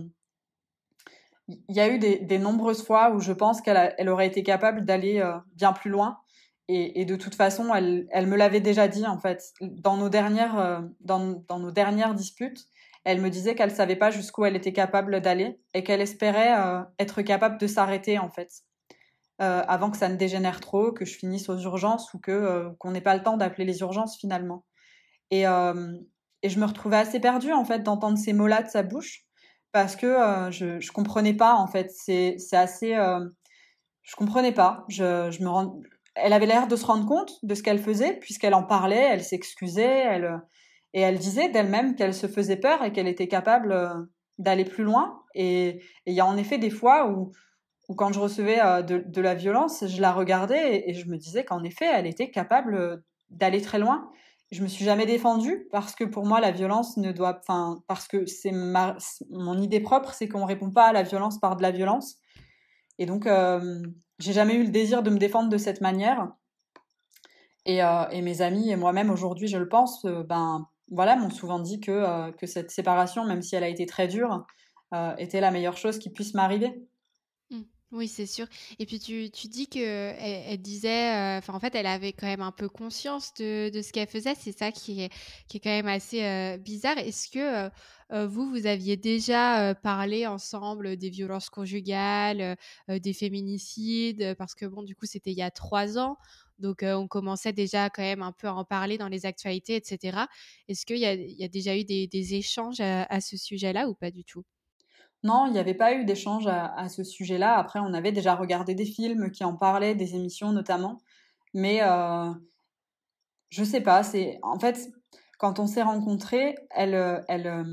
il y a eu des, des nombreuses fois où je pense qu'elle a- elle aurait été capable d'aller euh, bien plus loin. Et, et de toute façon, elle, elle me l'avait déjà dit, en fait. Dans nos dernières, euh, dans, dans nos dernières disputes, elle me disait qu'elle savait pas jusqu'où elle était capable d'aller et qu'elle espérait euh, être capable de s'arrêter, en fait, euh, avant que ça ne dégénère trop, que je finisse aux urgences ou que euh, qu'on n'ait pas le temps d'appeler les urgences finalement. Et, euh, et je me retrouvais assez perdue en fait d'entendre ces mots-là de sa bouche parce que euh, je je comprenais pas en fait. C'est c'est assez euh, je comprenais pas. Je je me rends... Elle avait l'air de se rendre compte de ce qu'elle faisait puisqu'elle en parlait, elle s'excusait, elle et elle disait d'elle-même qu'elle se faisait peur et qu'elle était capable euh, d'aller plus loin. Et et il y a en effet des fois où où quand je recevais euh, de, de la violence, je la regardais et, et je me disais qu'en effet, elle était capable euh, d'aller très loin. Je me suis jamais défendue parce que pour moi, la violence ne doit, enfin, parce que c'est ma, mon idée propre, c'est qu'on répond pas à la violence par de la violence. Et donc, euh, j'ai jamais eu le désir de me défendre de cette manière. Et, euh, et mes amis et moi-même aujourd'hui, je le pense, euh, ben voilà, m'ont souvent dit que euh, que cette séparation, même si elle a été très dure, euh, était la meilleure chose qui puisse m'arriver. Mmh. Oui, c'est sûr. Et puis tu tu dis qu'elle elle elle disait, heu, enfin, en fait, elle avait quand même un peu conscience de de ce qu'elle faisait. C'est ça qui est qui est quand même assez, heu, bizarre. Est-ce que, heu heu, vous, vous aviez déjà, heu, parlé ensemble des violences conjugales, heu heu, des féminicides? Heu, parce que bon, du coup, c'était il y a trois ans, donc heu, on commençait déjà quand même un peu à en parler dans les actualités et cetera. Est-ce qu'il y a il y a déjà eu des des échanges à à ce sujet-là ou pas du tout? Non, il n'y avait pas eu d'échange à, à ce sujet-là. Après, on avait déjà regardé des films qui en parlaient, des émissions notamment. Mais euh, je sais pas, c'est en fait quand on s'est rencontrés, elle, euh, elle, euh,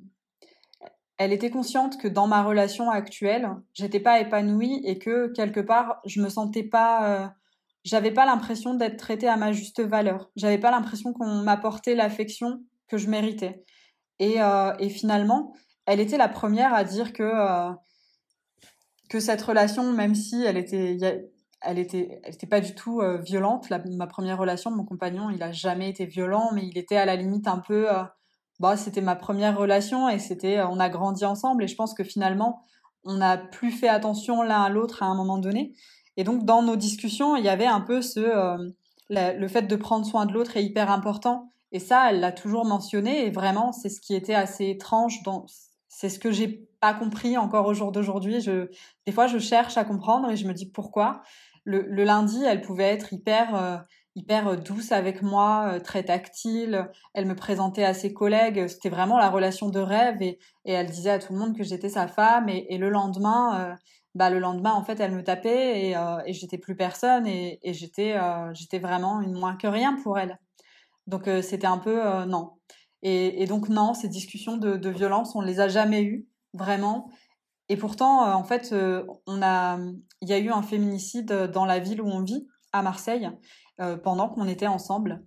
elle était consciente que dans ma relation actuelle, j'étais pas épanouie et que quelque part, je me sentais pas, euh, j'avais pas l'impression d'être traitée à ma juste valeur. J'avais pas l'impression qu'on m'apportait l'affection que je méritais. Et, euh, et finalement, elle était la première à dire que euh, que cette relation, même si elle était, y a- elle était, elle était pas du tout euh, violente. La- ma première relation, mon compagnon, il a jamais été violent, mais il était à la limite un peu. Euh, bah, c'était ma première relation et c'était, euh, on a grandi ensemble et je pense que finalement, on n'a plus fait attention l'un à l'autre à un moment donné. Et donc, dans nos discussions, il y avait un peu ce, euh, la- le fait de prendre soin de l'autre est hyper important. Et ça, elle l'a toujours mentionné et vraiment, c'est ce qui était assez étrange dans, c'est ce que j'ai pas compris encore au jour d'aujourd'hui. Je, des fois, je cherche à comprendre et je me dis pourquoi. Le, le lundi, elle pouvait être hyper, euh, hyper douce avec moi, euh, très tactile. Elle me présentait à ses collègues. C'était vraiment la relation de rêve et, et elle disait à tout le monde que j'étais sa femme. Et, et le lendemain, euh, bah, le lendemain, en fait, elle me tapait et, euh, et j'étais plus personne et, et j'étais, euh, j'étais vraiment une moins que rien pour elle. Donc, euh, c'était un peu, euh, non. Et, et donc, non, ces discussions de, de violence, on les a jamais eues, vraiment. Et pourtant, euh, en fait, euh, on a, il y a eu un féminicide dans la ville où on vit, à Marseille. euh, pendant qu'on était ensemble.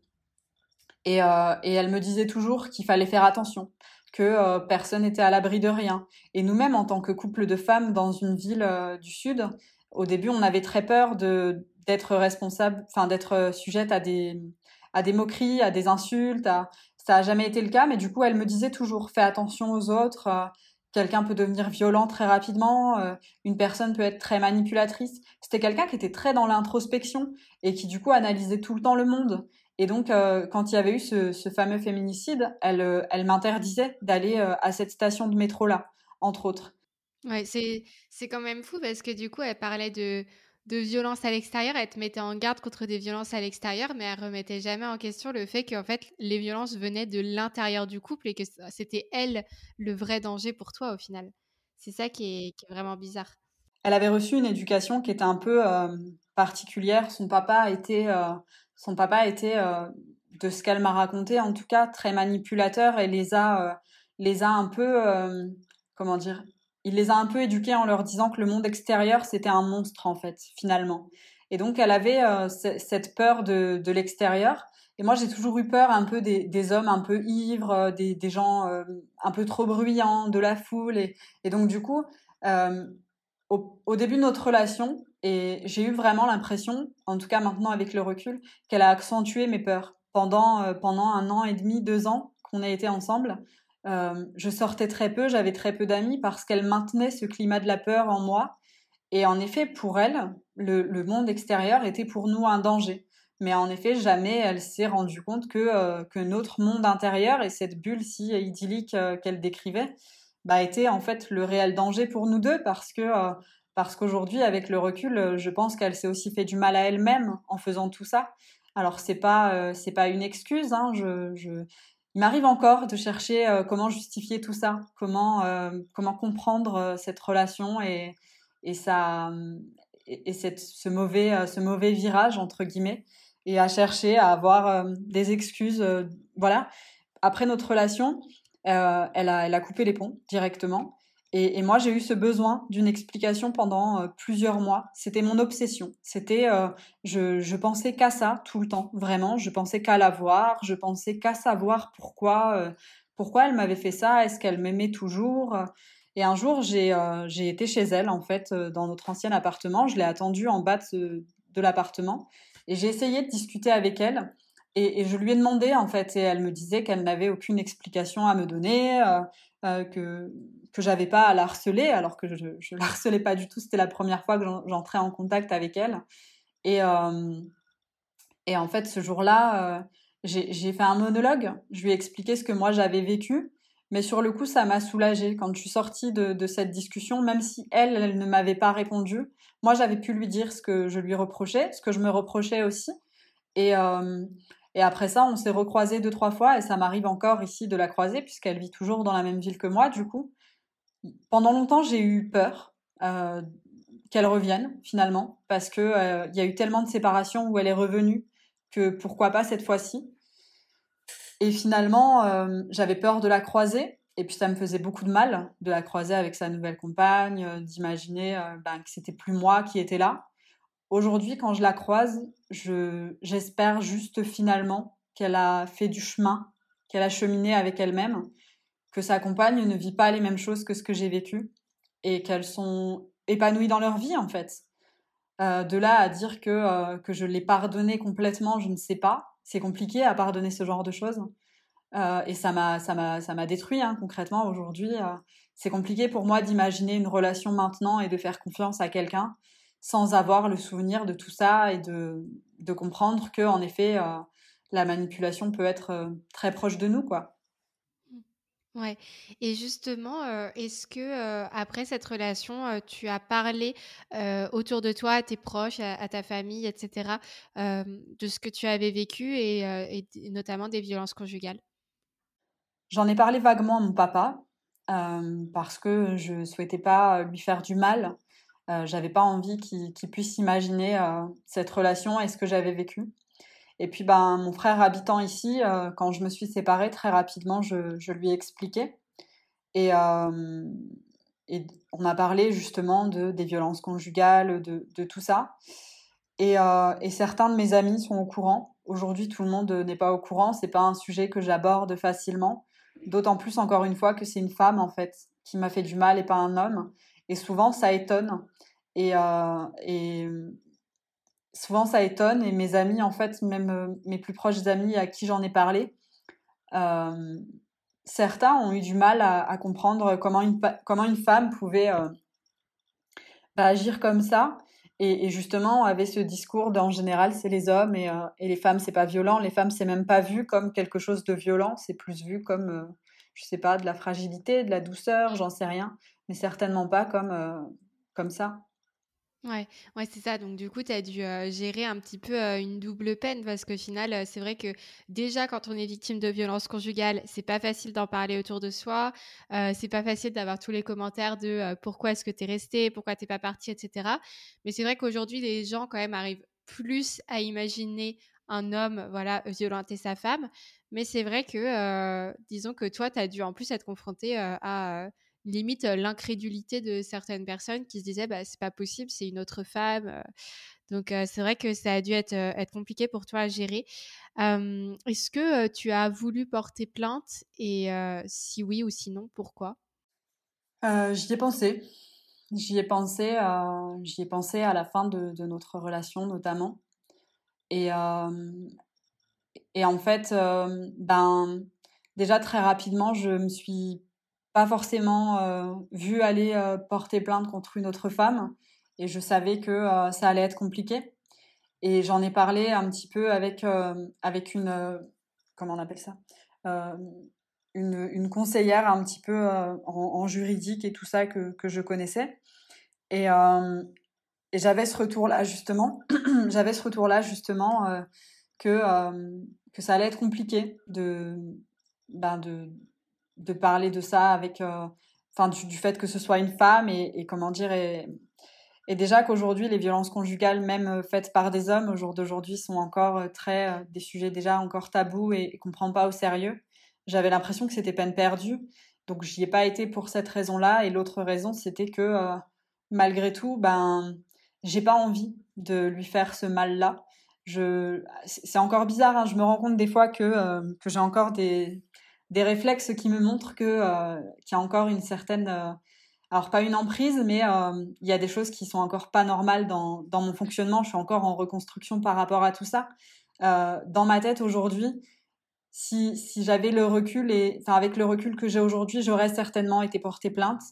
Et, euh, et elle me disait toujours qu'il fallait faire attention, que euh, personne n'était à l'abri de rien. Et nous-mêmes, en tant que couple de femmes dans une ville euh, du Sud, au début, on avait très peur de d'être responsable, enfin d'être sujette à des à des moqueries, à des insultes. À... Ça a jamais été le cas, mais du coup, elle me disait toujours fais attention aux autres. Euh, quelqu'un peut devenir violent très rapidement. Euh, une personne peut être très manipulatrice. C'était quelqu'un qui était très dans l'introspection et qui du coup analysait tout le temps le monde. Et donc, euh, quand il y avait eu ce, ce fameux féminicide, elle, euh, elle m'interdisait d'aller euh, à cette station de métro-là, entre autres. Ouais, c'est c'est quand même fou parce que du coup, elle parlait de de violence à l'extérieur, elle te mettait en garde contre des violences à l'extérieur, mais elle remettait jamais en question le fait qu'en fait, les violences venaient de l'intérieur du couple et que c- c'était elle le vrai danger pour toi au final. C'est ça qui est, qui est vraiment bizarre. Elle avait reçu une éducation qui était un peu euh, particulière. Son papa était, euh, son papa était, euh, de ce qu'elle m'a raconté, en tout cas, très manipulateur et les a, euh, les a un peu, euh, comment dire, il les a un peu éduqués en leur disant que le monde extérieur, c'était un monstre, en fait, finalement. Et donc, elle avait euh, c- cette peur de, de l'extérieur. Et moi, j'ai toujours eu peur un peu des, des hommes un peu ivres, euh, des, des gens euh, un peu trop bruyants, de la foule. Et, et donc, du coup, euh, au, au début de notre relation, et j'ai eu vraiment l'impression, en tout cas maintenant avec le recul, qu'elle a accentué mes peurs. Pendant, euh, pendant un an et demi, deux ans qu'on a été ensemble, euh, je sortais très peu, j'avais très peu d'amis parce qu'elle maintenait ce climat de la peur en moi. Et en effet, pour elle, le, le monde extérieur était pour nous un danger. Mais en effet, jamais elle s'est rendue compte que, euh, que notre monde intérieur et cette bulle si idyllique euh, qu'elle décrivait, bah, était en fait le réel danger pour nous deux parce que euh, parce qu'aujourd'hui, avec le recul, euh, je pense qu'elle s'est aussi fait du mal à elle-même en faisant tout ça. Alors c'est pas euh, c'est pas une excuse, hein, je, je... Il m'arrive encore de chercher euh, comment justifier tout ça, comment euh, comment comprendre euh, cette relation et et ça et, et cette, ce mauvais euh, ce mauvais virage entre guillemets et à chercher à avoir euh, des excuses euh, voilà après notre relation euh, elle a elle a coupé les ponts directement et, et moi j'ai eu ce besoin d'une explication pendant euh, plusieurs mois. C'était mon obsession, c'était euh, je je pensais qu'à ça tout le temps, vraiment, je pensais qu'à la voir, je pensais qu'à savoir pourquoi euh, pourquoi elle m'avait fait ça, est-ce qu'elle m'aimait toujours. Et un jour, j'ai euh, j'ai été chez elle, en fait, euh, dans notre ancien appartement. Je l'ai attendue en bas de, ce- de l'appartement. Et j'ai essayé de discuter avec elle. Et, et je lui ai demandé, en fait, et elle me disait qu'elle n'avait aucune explication à me donner, euh, euh, que, que j'avais pas à la harceler, alors que je, je la harcelais pas du tout. C'était la première fois que j'en- j'entrais en contact avec elle. Et, euh, et en fait, ce jour-là, euh, j'ai j'ai fait un monologue. Je lui ai expliqué ce que moi j'avais vécu. Mais sur le coup, ça m'a soulagée. Quand je suis sortie de, de cette discussion, même si elle, elle ne m'avait pas répondu, moi, j'avais pu lui dire ce que je lui reprochais, ce que je me reprochais aussi. Et, euh, et après ça, on s'est recroisés deux, trois fois. Et ça m'arrive encore ici de la croiser, puisqu'elle vit toujours dans la même ville que moi, du coup. Pendant longtemps, j'ai eu peur euh, qu'elle revienne finalement, parce que euh, il y a eu tellement de séparations où elle est revenue que pourquoi pas cette fois-ci. Et finalement, euh, j'avais peur de la croiser. Et puis ça me faisait beaucoup de mal de la croiser avec sa nouvelle compagne, euh, d'imaginer euh, ben, que c'était plus moi qui était là. Aujourd'hui, quand je la croise, je, j'espère juste finalement qu'elle a fait du chemin, qu'elle a cheminé avec elle-même, que sa compagne ne vit pas les mêmes choses que ce que j'ai vécu et qu'elles sont épanouies dans leur vie en fait. Euh, de là à dire que, euh, que je l'ai pardonné complètement, je ne sais pas. C'est compliqué à pardonner ce genre de choses. Euh, et ça m'a, ça m'a, ça m'a détruit hein, concrètement aujourd'hui. Euh, c'est compliqué pour moi d'imaginer une relation maintenant et de faire confiance à quelqu'un sans avoir le souvenir de tout ça et de, de comprendre que en effet euh, la manipulation peut être euh, très proche de nous quoi. Ouais. Et justement, euh, est-ce que euh, après cette relation, euh, tu as parlé euh, autour de toi, à tes proches, à, à ta famille, et cetera, euh, de ce que tu avais vécu et, euh, et d- notamment des violences conjugales? J'en ai parlé vaguement à mon papa euh, parce que je souhaitais pas lui faire du mal. Euh, j'avais pas envie qu'il qu'il puisse imaginer euh, cette relation et ce que j'avais vécu. Et puis ben mon frère habitant ici, euh, quand je me suis séparée très rapidement, je, je lui ai expliqué et, euh, et on a parlé justement de des violences conjugales, de, de tout ça. Et, euh, et certains de mes amis sont au courant. Aujourd'hui, tout le monde n'est pas au courant. C'est pas un sujet que j'aborde facilement. D'autant plus, encore une fois, que c'est une femme, en fait, qui m'a fait du mal et pas un homme. Et souvent, ça étonne. Et, euh, et souvent, ça étonne. Et mes amis, en fait, même euh, mes plus proches amis à qui j'en ai parlé, euh, certains ont eu du mal à, à comprendre comment une, comment une femme pouvait euh, bah, agir comme ça. Et, et justement, on avait ce discours d'en général, c'est les hommes et, euh, et les femmes, c'est pas violent. Les femmes, c'est même pas vu comme quelque chose de violent. C'est plus vu comme, euh, je sais pas, de la fragilité, de la douceur, j'en sais rien. Mais certainement pas comme, euh, comme ça. Ouais, ouais, c'est ça. Donc, du coup, tu as dû euh, gérer un petit peu euh, une double peine parce qu'au final, euh, c'est vrai que déjà, quand on est victime de violences conjugales, c'est pas facile d'en parler autour de soi. Euh, c'est pas facile d'avoir tous les commentaires de euh, pourquoi est-ce que tu es resté, pourquoi t'es pas parti, et cetera. Mais c'est vrai qu'aujourd'hui, les gens, quand même, arrivent plus à imaginer un homme, voilà, violenter sa femme. Mais c'est vrai que, euh, disons que toi, tu as dû en plus être confronté euh, à. Euh, limite euh, l'incrédulité de certaines personnes qui se disaient bah c'est pas possible, c'est une autre femme. euh. Donc euh, c'est vrai que ça a dû être, euh, être compliqué pour toi à gérer. Euh, est-ce que euh, tu as voulu porter plainte et euh, si oui ou sinon pourquoi? Euh, j'y ai pensé. J'y ai pensé, euh, j'y ai pensé à la fin de, de notre relation notamment. Et, euh, et en fait, euh, ben, déjà très rapidement, je me suis pas forcément euh, vue aller euh, porter plainte contre une autre femme. Et je savais que euh, ça allait être compliqué. Et j'en ai parlé un petit peu avec, euh, avec une, euh, comment on appelle ça? Euh, une, une conseillère un petit peu euh, en, en juridique et tout ça que, que je connaissais. Et, euh, et j'avais ce retour-là justement, j'avais ce retour-là justement euh, que, euh, que ça allait être compliqué de, ben de, de parler de ça avec, euh, enfin du, du fait que ce soit une femme et, et comment dire, et, et déjà qu'aujourd'hui les violences conjugales, même euh, faites par des hommes, au jour d'aujourd'hui, sont encore euh, très euh, des sujets déjà encore tabous et, et qu'on prend pas au sérieux. J'avais l'impression que c'était peine perdue, donc j'y ai pas été pour cette raison-là. Et l'autre raison, c'était que euh, malgré tout, ben j'ai pas envie de lui faire ce mal-là. Je, c'est encore bizarre, hein, je me rends compte des fois que euh, que j'ai encore des des réflexes qui me montrent que euh, qu'il y a encore une certaine euh, alors pas une emprise, mais euh, il y a des choses qui sont encore pas normales dans, dans mon fonctionnement. Je suis encore en reconstruction par rapport à tout ça. Euh, dans ma tête aujourd'hui, si, si j'avais le recul et enfin avec le recul que j'ai aujourd'hui, j'aurais certainement été portée plainte.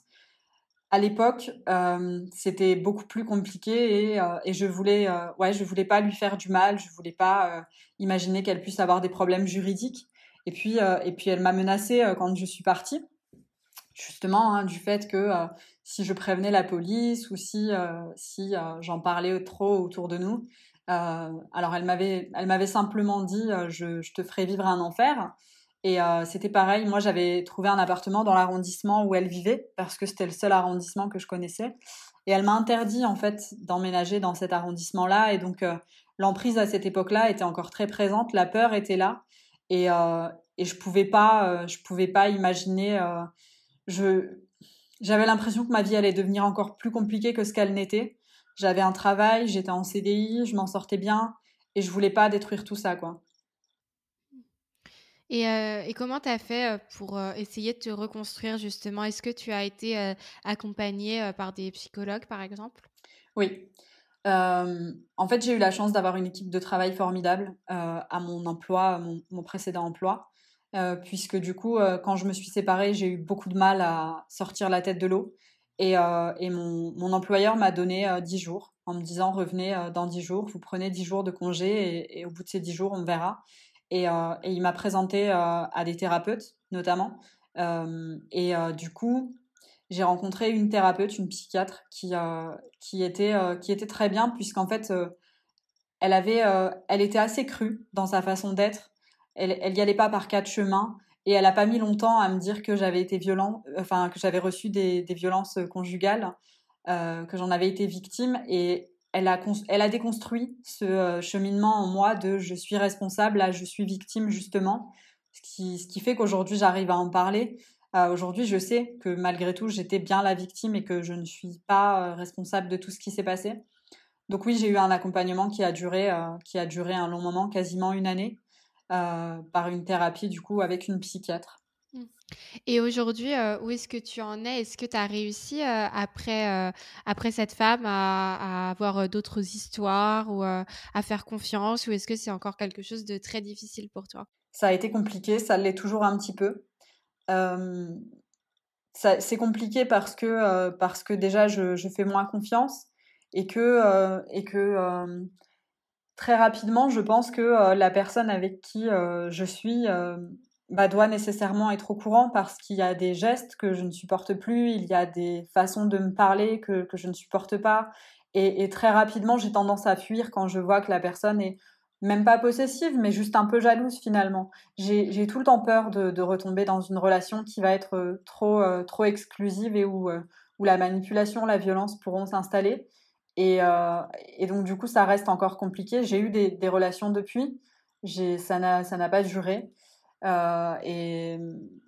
À l'époque, euh, c'était beaucoup plus compliqué et, euh, et je voulais, euh, ouais, je voulais pas lui faire du mal. Je voulais pas euh, imaginer qu'elle puisse avoir des problèmes juridiques. Et puis, euh, et puis elle m'a menacée euh, quand je suis partie justement hein, du fait que euh, si je prévenais la police ou si, euh, si euh, j'en parlais trop autour de nous. Euh, alors elle m'avait, elle m'avait simplement dit euh, je, je te ferai vivre un enfer. Et euh, c'était pareil, moi j'avais trouvé un appartement dans l'arrondissement où elle vivait parce que c'était le seul arrondissement que je connaissais. Et elle m'a interdit en fait d'emménager dans cet arrondissement-là. Et donc euh, l'emprise à cette époque-là était encore très présente, la peur était là. Et, euh, et je pouvais pas, euh, je pouvais pas imaginer euh, je, j'avais l'impression que ma vie allait devenir encore plus compliquée que ce qu'elle n'était. J'avais un travail, j'étais en C D I, je m'en sortais bien et je voulais pas détruire tout ça, quoi. Et, euh, et comment tu as fait euh, pour euh, essayer de te reconstruire justement? Est-ce que tu as été euh, accompagnée euh, par des psychologues par exemple? Oui. Euh, en fait, j'ai eu la chance d'avoir une équipe de travail formidable euh, à mon emploi, mon, mon précédent emploi, euh, puisque du coup, euh, quand je me suis séparée, j'ai eu beaucoup de mal à sortir la tête de l'eau. Et, euh, et mon, mon employeur m'a donné euh, dix jours en me disant revenez euh, dans dix jours, vous prenez dix jours de congé et, et au bout de ces dix jours, on verra. Et, euh, et il m'a présenté euh, à des thérapeutes notamment. Euh, et euh, du coup, j'ai rencontré une thérapeute, une psychiatre qui, euh, qui, était, euh, qui était très bien, puisqu'en fait, euh, elle, avait, euh, elle était assez crue dans sa façon d'être. Elle, elle y allait pas par quatre chemins. Et elle a pas mis longtemps à me dire que j'avais été violent, enfin, que j'avais reçu des, des violences conjugales, euh, que j'en avais été victime. Et elle a, elle a déconstruit ce euh, cheminement en moi de je suis responsable, là, je suis victime, justement. Ce qui, ce qui fait qu'aujourd'hui, j'arrive à en parler. Euh, aujourd'hui, je sais que malgré tout, j'étais bien la victime et que je ne suis pas euh, responsable de tout ce qui s'est passé. Donc oui, j'ai eu un accompagnement qui a duré, euh, qui a duré un long moment, quasiment une année, euh, par une thérapie du coup avec une psychiatre. Mmh. Et aujourd'hui, heu, où est-ce que tu en es? Est-ce que tu as réussi, heu, après, heu, après cette femme à à avoir, heu, d'autres histoires ou, heu, à faire confiance? Ou est-ce que c'est encore quelque chose de très difficile pour toi? Ça a été compliqué, ça l'est toujours un petit peu. Euh, ça, c'est compliqué parce que, euh, parce que déjà je, je fais moins confiance et que, euh, et que euh, très rapidement, je pense que euh, la personne avec qui euh, je suis euh, bah, doit nécessairement être au courant parce qu'il y a des gestes que je ne supporte plus, il y a des façons de me parler que, que je ne supporte pas. Et, et très rapidement, j'ai tendance à fuir quand je vois que la personne est même pas possessive, mais juste un peu jalouse finalement. J'ai, j'ai tout le temps peur de, de retomber dans une relation qui va être euh, trop, euh, trop exclusive et où, euh, où la manipulation, la violence pourront s'installer. Et, euh, et donc, du coup, ça reste encore compliqué. J'ai eu des, des relations depuis. J'ai, ça n'a, ça n'a pas duré. Euh, et,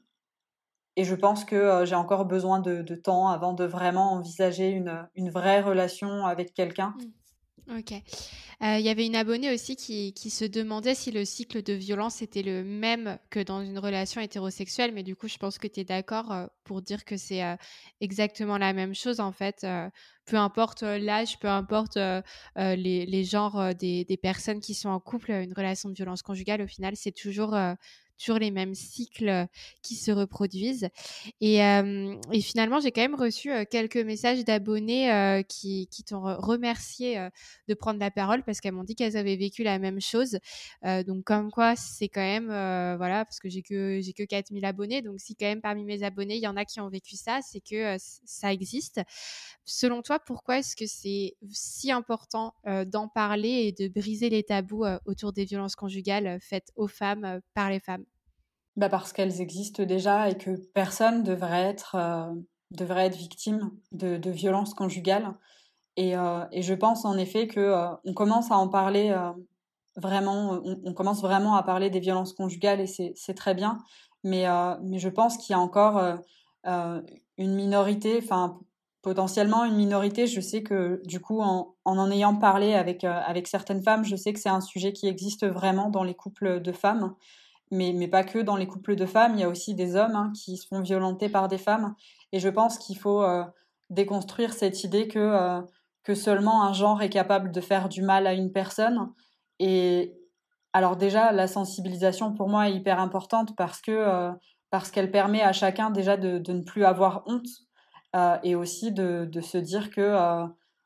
et je pense que euh, j'ai encore besoin de, de temps avant de vraiment envisager une, une vraie relation avec quelqu'un. Mmh. OK. Heu, il y avait une abonnée aussi qui qui se demandait si le cycle de violence était le même que dans une relation hétérosexuelle, mais du coup, je pense que tu es d'accord, heu, pour dire que c'est, heu, exactement la même chose en fait, heu, peu importe, heu, l'âge, peu importe, heu heu, les les genres, heu, des des personnes qui sont en couple, heu, une relation de violence conjugale, au final, c'est toujours, heu, toujours les mêmes cycles, heu, qui se reproduisent. Et hem et finalement, j'ai quand même reçu, heu, quelques messages d'abonnés, heu, qui qui t'ont re remercié, heu, de prendre la parole parce qu'elles m'ont dit qu'elles avaient vécu la même chose. Heu, donc comme quoi c'est quand même, heu, voilà, parce que j'ai que j'ai que quatre mille abonnés, donc si quand même parmi mes abonnés, il y en a qui ont vécu ça, c'est que, heu, ç ça existe. Selon toi, pourquoi est-ce que c'est si important, heu, d'en parler et de briser les tabous, heu, autour des violences conjugales, heu, faites aux femmes, heu, par les femmes? Bah parce qu'elles existent déjà et que personne devrait être, euh, devrait être victime de, de violences conjugales. Et, euh, et je pense en effet que euh, on commence à en parler euh, vraiment, on, on commence vraiment à parler des violences conjugales et c'est, c'est très bien. Mais, euh, mais je pense qu'il y a encore euh, euh, une minorité, enfin potentiellement une minorité. Je sais que du coup, en en, en ayant parlé avec, euh, avec certaines femmes, je sais que c'est un sujet qui existe vraiment dans les couples de femmes, mais, mais pas que dans les couples de femmes. Il y a aussi des hommes hein, qui se font violenter par des femmes. Et je pense qu'il faut euh, déconstruire cette idée que, euh, que seulement un genre est capable de faire du mal à une personne. Et alors déjà, la sensibilisation pour moi est hyper importante parce que euh, parce qu'elle permet à chacun déjà de, de ne plus avoir honte euh, et aussi de, de se dire que euh,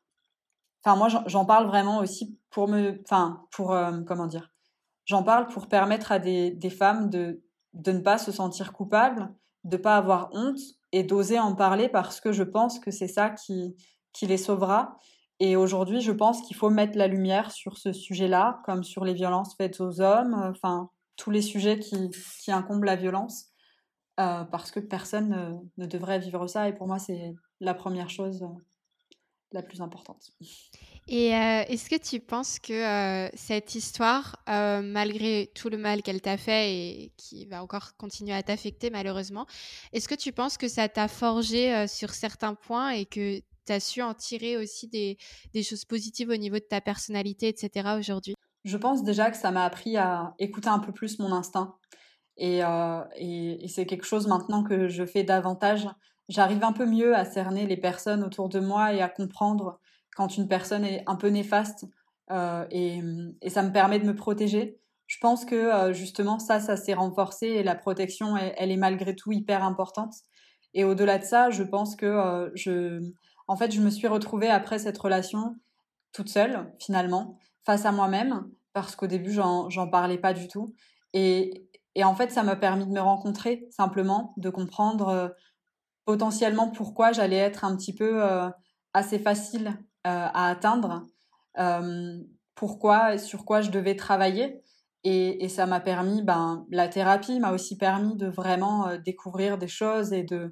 enfin moi j'en j'en parle vraiment aussi pour me enfin pour euh, comment dire, j'en parle pour permettre à des, des femmes de, de ne pas se sentir coupables, de ne pas avoir honte et d'oser en parler parce que je pense que c'est ça qui, qui les sauvera. Et aujourd'hui, je pense qu'il faut mettre la lumière sur ce sujet-là, comme sur les violences faites aux hommes, euh, enfin, tous les sujets qui, qui incombent la violence, euh, parce que personne ne, ne devrait vivre ça. Et pour moi, c'est la première chose euh, la plus importante. Et heu, est-ce que tu penses que, heu, cette histoire, heu, malgré tout le mal qu'elle t'a fait et qui va encore continuer à t'affecter malheureusement, est-ce que tu penses que ça t'a forgé, heu, sur certains points et que tu as su en tirer aussi des des choses positives au niveau de ta personnalité et cetera aujourd'hui? Je pense déjà que ça m'a appris à écouter un peu plus mon instinct. Et, euh, et, et c'est quelque chose maintenant que je fais davantage. J'arrive un peu mieux à cerner les personnes autour de moi et à comprendre quand une personne est un peu néfaste. Euh, et, et ça me permet de me protéger. Je pense que euh, justement ça, ça s'est renforcé et la protection, elle, elle est malgré tout hyper importante. Et au-delà de ça, je pense que euh, je, en fait, je me suis retrouvée après cette relation toute seule finalement face à moi-même parce qu'au début j'en j'en parlais pas du tout et et en fait ça m'a permis de me rencontrer simplement de comprendre euh, potentiellement pourquoi j'allais être un petit peu euh, assez facile euh, à atteindre, euh, pourquoi et sur quoi je devais travailler et, et ça m'a permis ben la thérapie m'a aussi permis de vraiment euh, découvrir des choses et de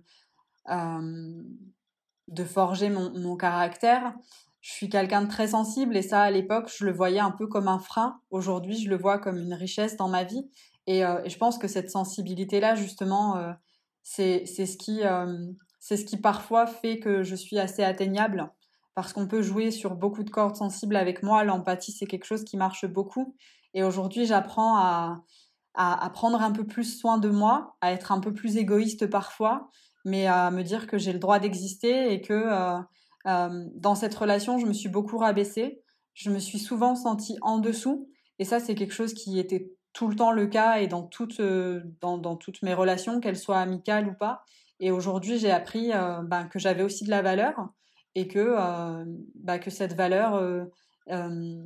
euh, de forger mon, mon caractère. Je suis quelqu'un de très sensible et ça, à l'époque, je le voyais un peu comme un frein. Aujourd'hui, je le vois comme une richesse dans ma vie. Et, euh, et je pense que cette sensibilité-là, justement, euh, c'est, c'est ce qui, euh, c'est ce qui parfois fait que je suis assez atteignable parce qu'on peut jouer sur beaucoup de cordes sensibles avec moi. L'empathie, c'est quelque chose qui marche beaucoup. Et aujourd'hui, j'apprends à, à, à prendre un peu plus soin de moi, à être un peu plus égoïste parfois, mais à me dire que j'ai le droit d'exister et que euh, euh, dans cette relation, je me suis beaucoup rabaissée. Je me suis souvent sentie en dessous. Et ça, c'est quelque chose qui était tout le temps le cas et dans toutes, euh, dans, dans toutes mes relations, qu'elles soient amicales ou pas. Et aujourd'hui, j'ai appris euh, ben, que j'avais aussi de la valeur et que, euh, bah, que cette valeur euh, euh,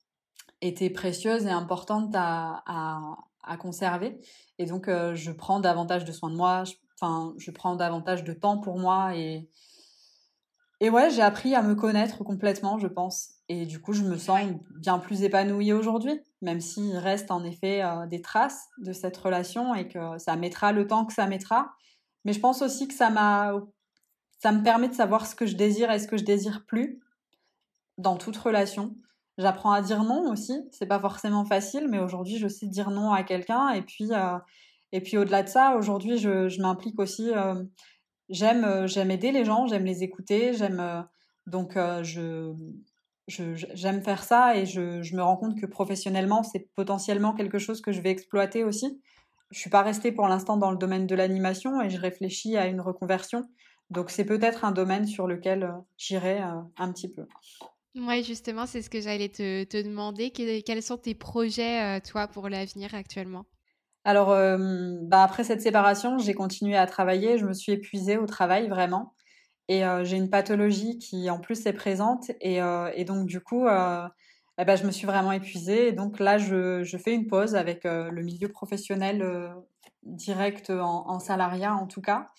était précieuse et importante à, à, à conserver. Et donc, euh, je prends davantage de soin de moi, je, enfin, je prends davantage de temps pour moi. Et, et ouais, j'ai appris à me connaître complètement, je pense. Et du coup, je me sens bien plus épanouie aujourd'hui, même s'il reste en effet euh, des traces de cette relation et que ça mettra le temps que ça mettra. Mais je pense aussi que ça m'a, ça me permet de savoir ce que je désire et ce que je désire plus dans toute relation. J'apprends à dire non aussi. C'est pas forcément facile, mais aujourd'hui, je sais dire non à quelqu'un. Et puis, euh, et puis au-delà de ça, aujourd'hui, je, je m'implique aussi. Euh, j'aime, euh, j'aime aider les gens, j'aime les écouter, j'aime. Euh, donc, euh, je, je, j'aime faire ça et je, je me rends compte que professionnellement, c'est potentiellement quelque chose que je vais exploiter aussi. Je suis pas restée pour l'instant dans le domaine de l'animation et je réfléchis à une reconversion. Donc, c'est peut-être un domaine sur lequel euh, j'irai euh, un petit peu. Ouais, justement, c'est ce que j'allais te, te demander. Que- quels sont tes projets, euh, toi, pour l'avenir actuellement? Alors, euh, bah après cette séparation, j'ai continué à travailler. Je me suis épuisée au travail vraiment. Et euh, j'ai une pathologie qui en plus est présente. Et, euh, et donc, du coup, euh, eh ben, je me suis vraiment épuisée. Et donc là, je, je fais une pause avec euh, le milieu professionnel euh, direct en, en salariat en tout cas.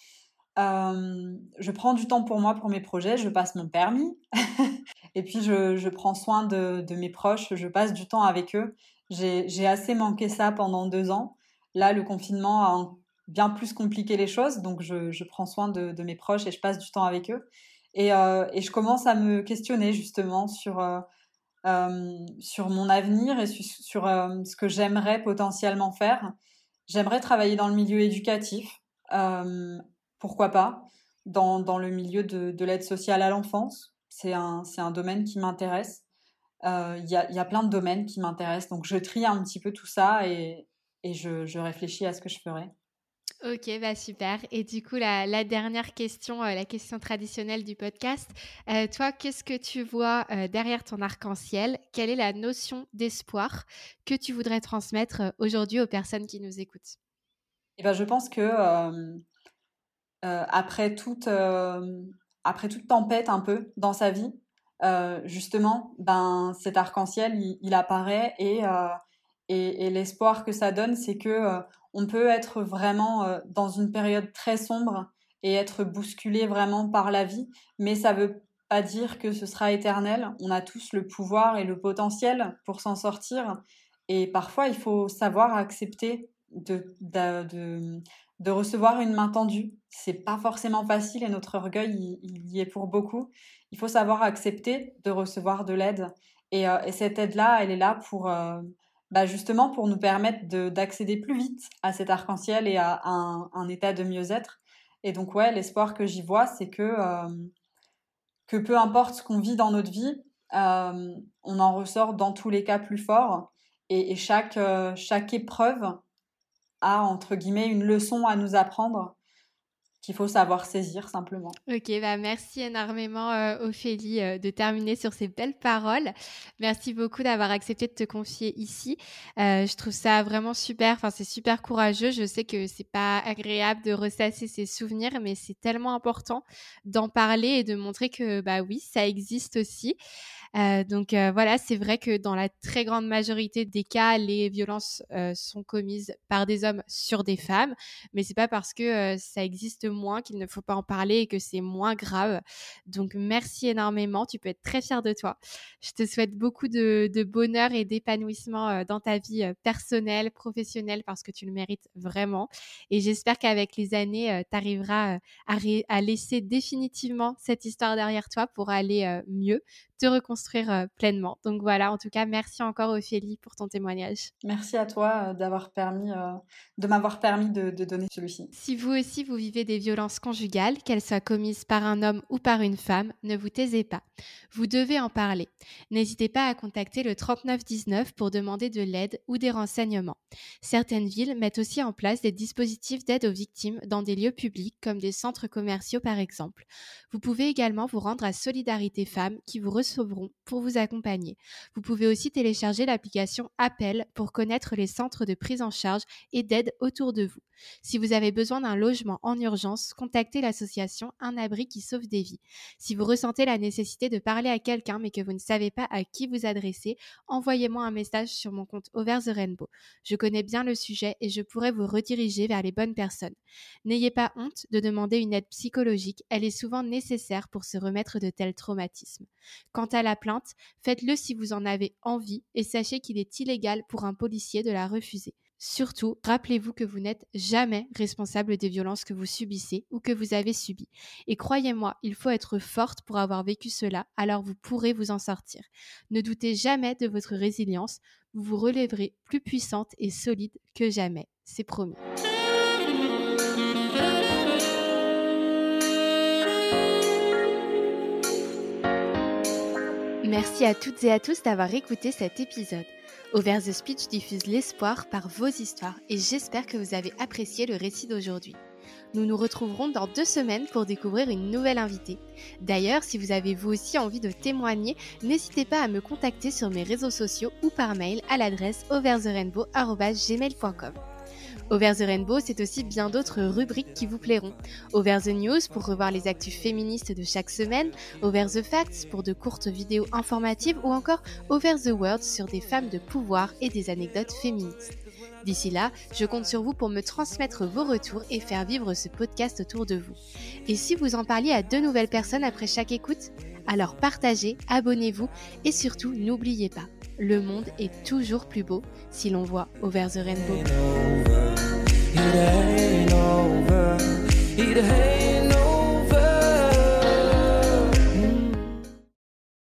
Euh, je prends du temps pour moi, pour mes projets. Je passe mon permis. Et puis, je, je prends soin de, de mes proches. Je passe du temps avec eux. J'ai, j'ai assez manqué ça pendant deux ans. Là, le confinement a un- bien plus compliqué les choses. Donc, je, je prends soin de, de mes proches et je passe du temps avec eux. Et, euh, et je commence à me questionner justement sur, euh, euh, sur mon avenir et su- sur, euh, ce que j'aimerais potentiellement faire. J'aimerais travailler dans le milieu éducatif, euh, pourquoi pas, dans, dans le milieu de, de l'aide sociale à l'enfance. C'est un, c'est un domaine qui m'intéresse. Euh, Il y a, il y a plein de domaines qui m'intéressent, donc je trie un petit peu tout ça et, et je, je réfléchis à ce que je ferais. Ok, bah super. Et du coup, la, la dernière question, euh, la question traditionnelle du podcast. Euh, toi, qu'est-ce que tu vois euh, derrière ton arc-en-ciel? Quelle est la notion d'espoir que tu voudrais transmettre euh, aujourd'hui aux personnes qui nous écoutent? Et ben, je pense que euh, euh, après toute, euh, après toute tempête un peu dans sa vie, euh, justement, ben cet arc-en-ciel il, il apparaît et, euh, et, et l'espoir que ça donne, c'est que euh, on peut être vraiment euh, dans une période très sombre et être bousculé vraiment par la vie, mais ça veut pas dire que ce sera éternel. On a tous le pouvoir et le potentiel pour s'en sortir, et parfois il faut savoir accepter de, de, de de recevoir une main tendue. C'est pas forcément facile et notre orgueil, il, il y est pour beaucoup. Il faut savoir accepter de recevoir de l'aide. Et, euh, et cette aide-là, elle est là pour, euh, bah justement, pour nous permettre de, d'accéder plus vite à cet arc-en-ciel et à, à un, un état de mieux-être. Et donc, ouais, l'espoir que j'y vois, c'est que, euh, que peu importe ce qu'on vit dans notre vie, euh, on en ressort dans tous les cas plus fort. Et, et chaque, euh, chaque épreuve a, entre guillemets, une leçon à nous apprendre qu'il faut savoir saisir simplement. Ok, bah merci énormément euh, Ophélie euh, de terminer sur ces belles paroles. Merci beaucoup d'avoir accepté de te confier ici. Euh, je trouve ça vraiment super. Enfin, c'est super courageux. Je sais que c'est pas agréable de ressasser ses souvenirs, mais c'est tellement important d'en parler et de montrer que bah oui, ça existe aussi. Heu, donc heu, voilà, c'est vrai que dans la très grande majorité des cas, les violences, heu, sont commises par des hommes sur des femmes, mais c'est pas parce que, heu, ça existe moins qu'il ne faut pas en parler et que c'est moins grave. Donc merci énormément, tu peux être très fière de toi. Je te souhaite beaucoup de de bonheur et d'épanouissement, heu, dans ta vie, heu, personnelle, professionnelle, parce que tu le mérites vraiment, et j'espère qu'avec les années, heu, tu arriveras, à ré à laisser définitivement cette histoire derrière toi pour aller, heu, mieux, te reconstruire euh, pleinement. Donc voilà, en tout cas, merci encore Ophélie pour ton témoignage. Merci à toi euh, d'avoir permis, euh, de m'avoir permis de, de donner celui-ci. Si vous aussi vous vivez des violences conjugales, qu'elles soient commises par un homme ou par une femme, ne vous taisez pas. Vous devez en parler. N'hésitez pas à contacter le trente-neuf dix-neuf pour demander de l'aide ou des renseignements. Certaines villes mettent aussi en place des dispositifs d'aide aux victimes dans des lieux publics comme des centres commerciaux par exemple. Vous pouvez également vous rendre à Solidarité Femmes qui vous recevront pour vous accompagner. Vous pouvez aussi télécharger l'application Appel pour connaître les centres de prise en charge et d'aide autour de vous. Si vous avez besoin d'un logement en urgence, contactez l'association Un abri qui sauve des vies. Si vous ressentez la nécessité de parler à quelqu'un mais que vous ne savez pas à qui vous adresser, envoyez-moi un message sur mon compte Over the Rainbow. Je connais bien le sujet et je pourrai vous rediriger vers les bonnes personnes. N'ayez pas honte de demander une aide psychologique, elle est souvent nécessaire pour se remettre de tels traumatismes. Quant à la plainte, faites-le si vous en avez envie et sachez qu'il est illégal pour un policier de la refuser. Surtout, rappelez-vous que vous n'êtes jamais responsable des violences que vous subissez ou que vous avez subies. Et croyez-moi, il faut être forte pour avoir vécu cela, alors vous pourrez vous en sortir. Ne doutez jamais de votre résilience, vous vous relèverez plus puissante et solide que jamais. C'est promis. Merci à toutes et à tous d'avoir écouté cet épisode. Over the Speech diffuse l'espoir par vos histoires et j'espère que vous avez apprécié le récit d'aujourd'hui. Nous nous retrouverons dans deux semaines pour découvrir une nouvelle invitée. D'ailleurs, si vous avez vous aussi envie de témoigner, n'hésitez pas à me contacter sur mes réseaux sociaux ou par mail à l'adresse over the rainbow arobase gmail point com. Over the Rainbow, c'est aussi bien d'autres rubriques qui vous plairont. Over the News pour revoir les actus féministes de chaque semaine, Over the Facts pour de courtes vidéos informatives ou encore Over the World sur des femmes de pouvoir et des anecdotes féministes. D'ici là, je compte sur vous pour me transmettre vos retours et faire vivre ce podcast autour de vous. Et si vous en parliez à deux nouvelles personnes après chaque écoute, alors partagez, abonnez-vous et surtout n'oubliez pas, le monde est toujours plus beau si l'on voit Over the Rainbow. It ain't over. It ain't